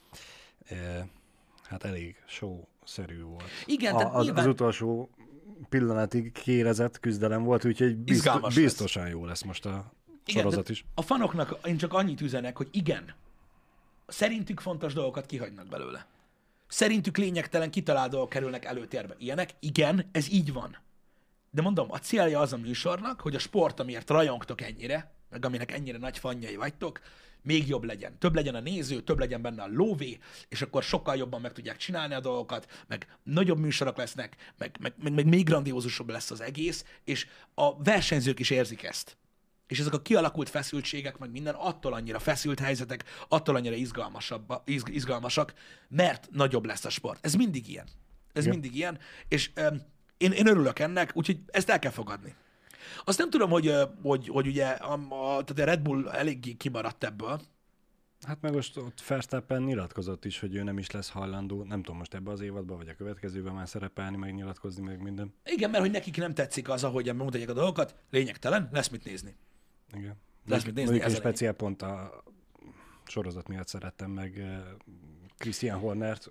hát elég show-szerű volt. Igen, tehát nyilván... Az utolsó pillanatig kérezett küzdelem volt, úgyhogy biztosan jó lesz most a sorozat is. A fanoknak én csak annyit üzenek, hogy igen, szerintük fontos dolgokat kihagynak belőle. Szerintük lényegtelen kitalált dolgok kerülnek előtérbe. Ilyenek, igen, ez így van. De mondom, a célja az a műsornak, hogy a sport, amiért rajongtok ennyire, meg aminek ennyire nagy fanjai vagytok, még jobb legyen. Több legyen a néző, több legyen benne a lóvé, és akkor sokkal jobban meg tudják csinálni a dolgokat, meg nagyobb műsorok lesznek, meg még grandiózusabb lesz az egész, és a versenyzők is érzik ezt. És ezek a kialakult feszültségek, meg minden attól annyira feszült helyzetek, attól annyira izgalmasak, mert nagyobb lesz a sport. Ez mindig ilyen. Ez mindig ilyen, és én örülök ennek, úgyhogy ezt el kell fogadni. Azt nem tudom, hogy ugye tehát a Red Bull eléggé kimaradt ebből. Hát meg most ott Verstappen nyilatkozott is, hogy ő nem is lesz hajlandó, nem tudom most ebbe az évadban, vagy a következőben már szerepelni, meg nyilatkozni, meg minden. Igen, mert hogy nekik nem tetszik az, ahogyan bemutatják a dolgokat, lényegtelen, lesz mit nézni. Igen. Lesz mit nézni. Mondjuk én speciál pont a sorozat miatt szerettem meg Christian Hornert.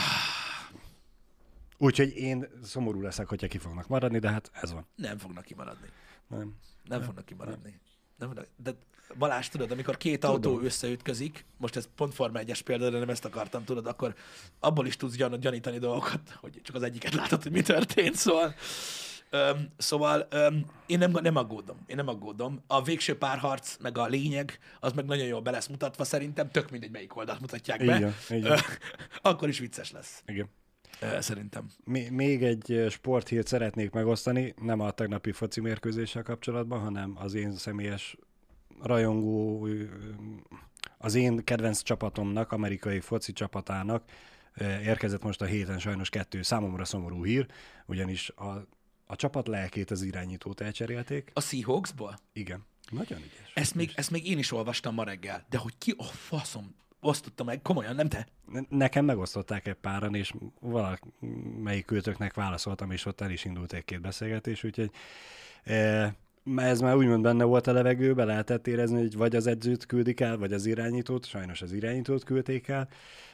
Úgyhogy én szomorú leszek, hogyha ki fognak maradni, de hát ez van. Nem fognak kimaradni. Nem Fognak kimaradni. De Balázs, tudod, amikor két autó összeütközik, most ez pont Forma 1-es példa, de nem ezt akartam, tudod, akkor abból is tudsz gyanítani dolgokat, hogy csak az egyiket látod, hogy mi történt, szóval én nem aggódom. Én nem aggódom. A végső párharc, meg a lényeg, az meg nagyon jól be lesz mutatva szerintem, tök mindegy, melyik oldalt mutatják be. Igen. Akkor is vicces lesz. Igen. Szerintem. Még egy sporthírt szeretnék megosztani, nem a tegnapi foci mérkőzéssel kapcsolatban, hanem az én személyes rajongó, az én kedvenc csapatomnak, amerikai foci csapatának érkezett most a héten sajnos 2 számomra szomorú hír, ugyanis a csapat lelkét, az irányítót elcserélték. A Seahawksból? Igen. Nagyon ügyes. Ezt még én is olvastam ma reggel, de hogy ki a faszom osztotta meg, komolyan, nem te? Nekem megosztották egy páran, és valamelyik őtöknek válaszoltam, és ott el is indult egy-két beszélgetés, úgyhogy ez már úgymond benne volt a levegőben, lehetett érezni, hogy vagy az edzőt küldik el, vagy az irányítót, sajnos az irányítót küldték el.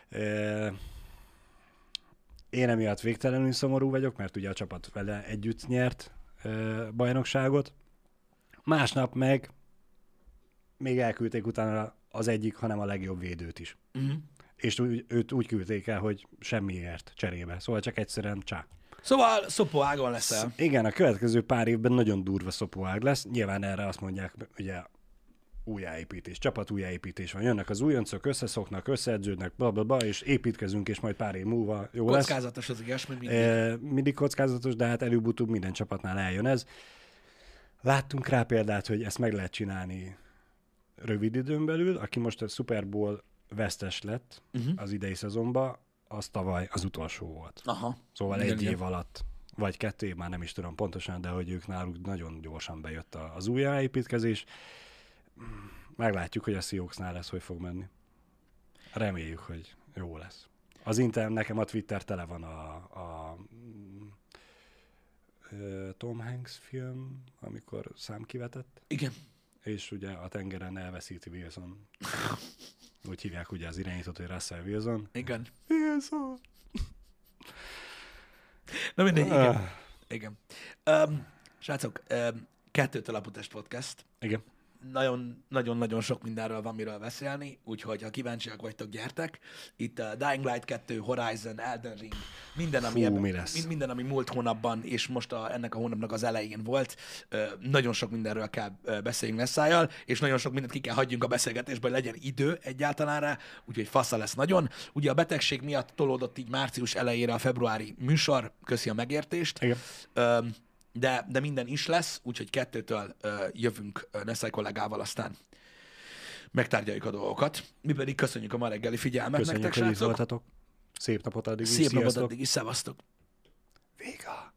Én emiatt végtelenül szomorú vagyok, mert ugye a csapat vele együtt nyert bajnokságot. Másnap meg még elküldték utána az egyik, hanem a legjobb védőt is. Uh-huh. És őt úgy küldték el, hogy semmiért cserébe. Szóval csak egyszerűen csá. Szóval szopóágon leszel. Igen, a következő pár évben nagyon durva szopóág lesz. Nyilván erre azt mondják, ugye újjáépítés, csapat újjáépítés van. Jönnek az újoncok, összeszoknak, összeedződnek, blablabla, és építkezünk, és majd pár év múlva jó lesz. Kockázatos az ilyesmi mindig. Mindig kockázatos, de hát előbb-utóbb minden csapatnál eljön ez. Láttunk rá példát, hogy ezt meg lehet csinálni rövid időn belül. Aki most a Super Bowl vesztes lett az idei szezonban, az tavaly az utolsó volt. Aha. Szóval egy év alatt, vagy 2 év, már nem is tudom pontosan, de hogy ők náluk nagyon gyorsan bejött az újjáépítkezés. Meglátjuk, hogy a Seahawksnál lesz, hogy fog menni. Reméljük, hogy jó lesz. Az nekem a Twitter tele van a Tom Hanks film, amikor számkivetett. Igen. És ugye a tengeren elveszíti Wilson. Úgy hívják ugye az irányítót, hogy Russell Wilson. Igen. Wilson! Na mindegy, igen. Srácok, 2-től a Putest Podcast. Igen. Nagyon-nagyon sok mindenről van miről beszélni, úgyhogy ha kíváncsiak vagytok, gyertek. Itt a Dying Light 2, Horizon, Elden Ring, minden, ami múlt hónapban és most ennek a hónapnak az elején volt. Nagyon sok mindenről kell beszéljünk Nessájjal, és nagyon sok mindent ki kell hagyjunk a beszélgetésből, legyen idő egyáltalán rá, úgyhogy fasza lesz nagyon. Ugye a betegség miatt tolódott így március elejére a februári műsor, köszi a megértést. Igen. De minden is lesz, úgyhogy 2-től jövünk Nessai kollégával, aztán megtárgyaljuk a dolgokat. Mi pedig köszönjük a ma reggeli figyelmet nektek, srácok. Szép napot addig is. Szép napot addig is, szevasztok. Véga!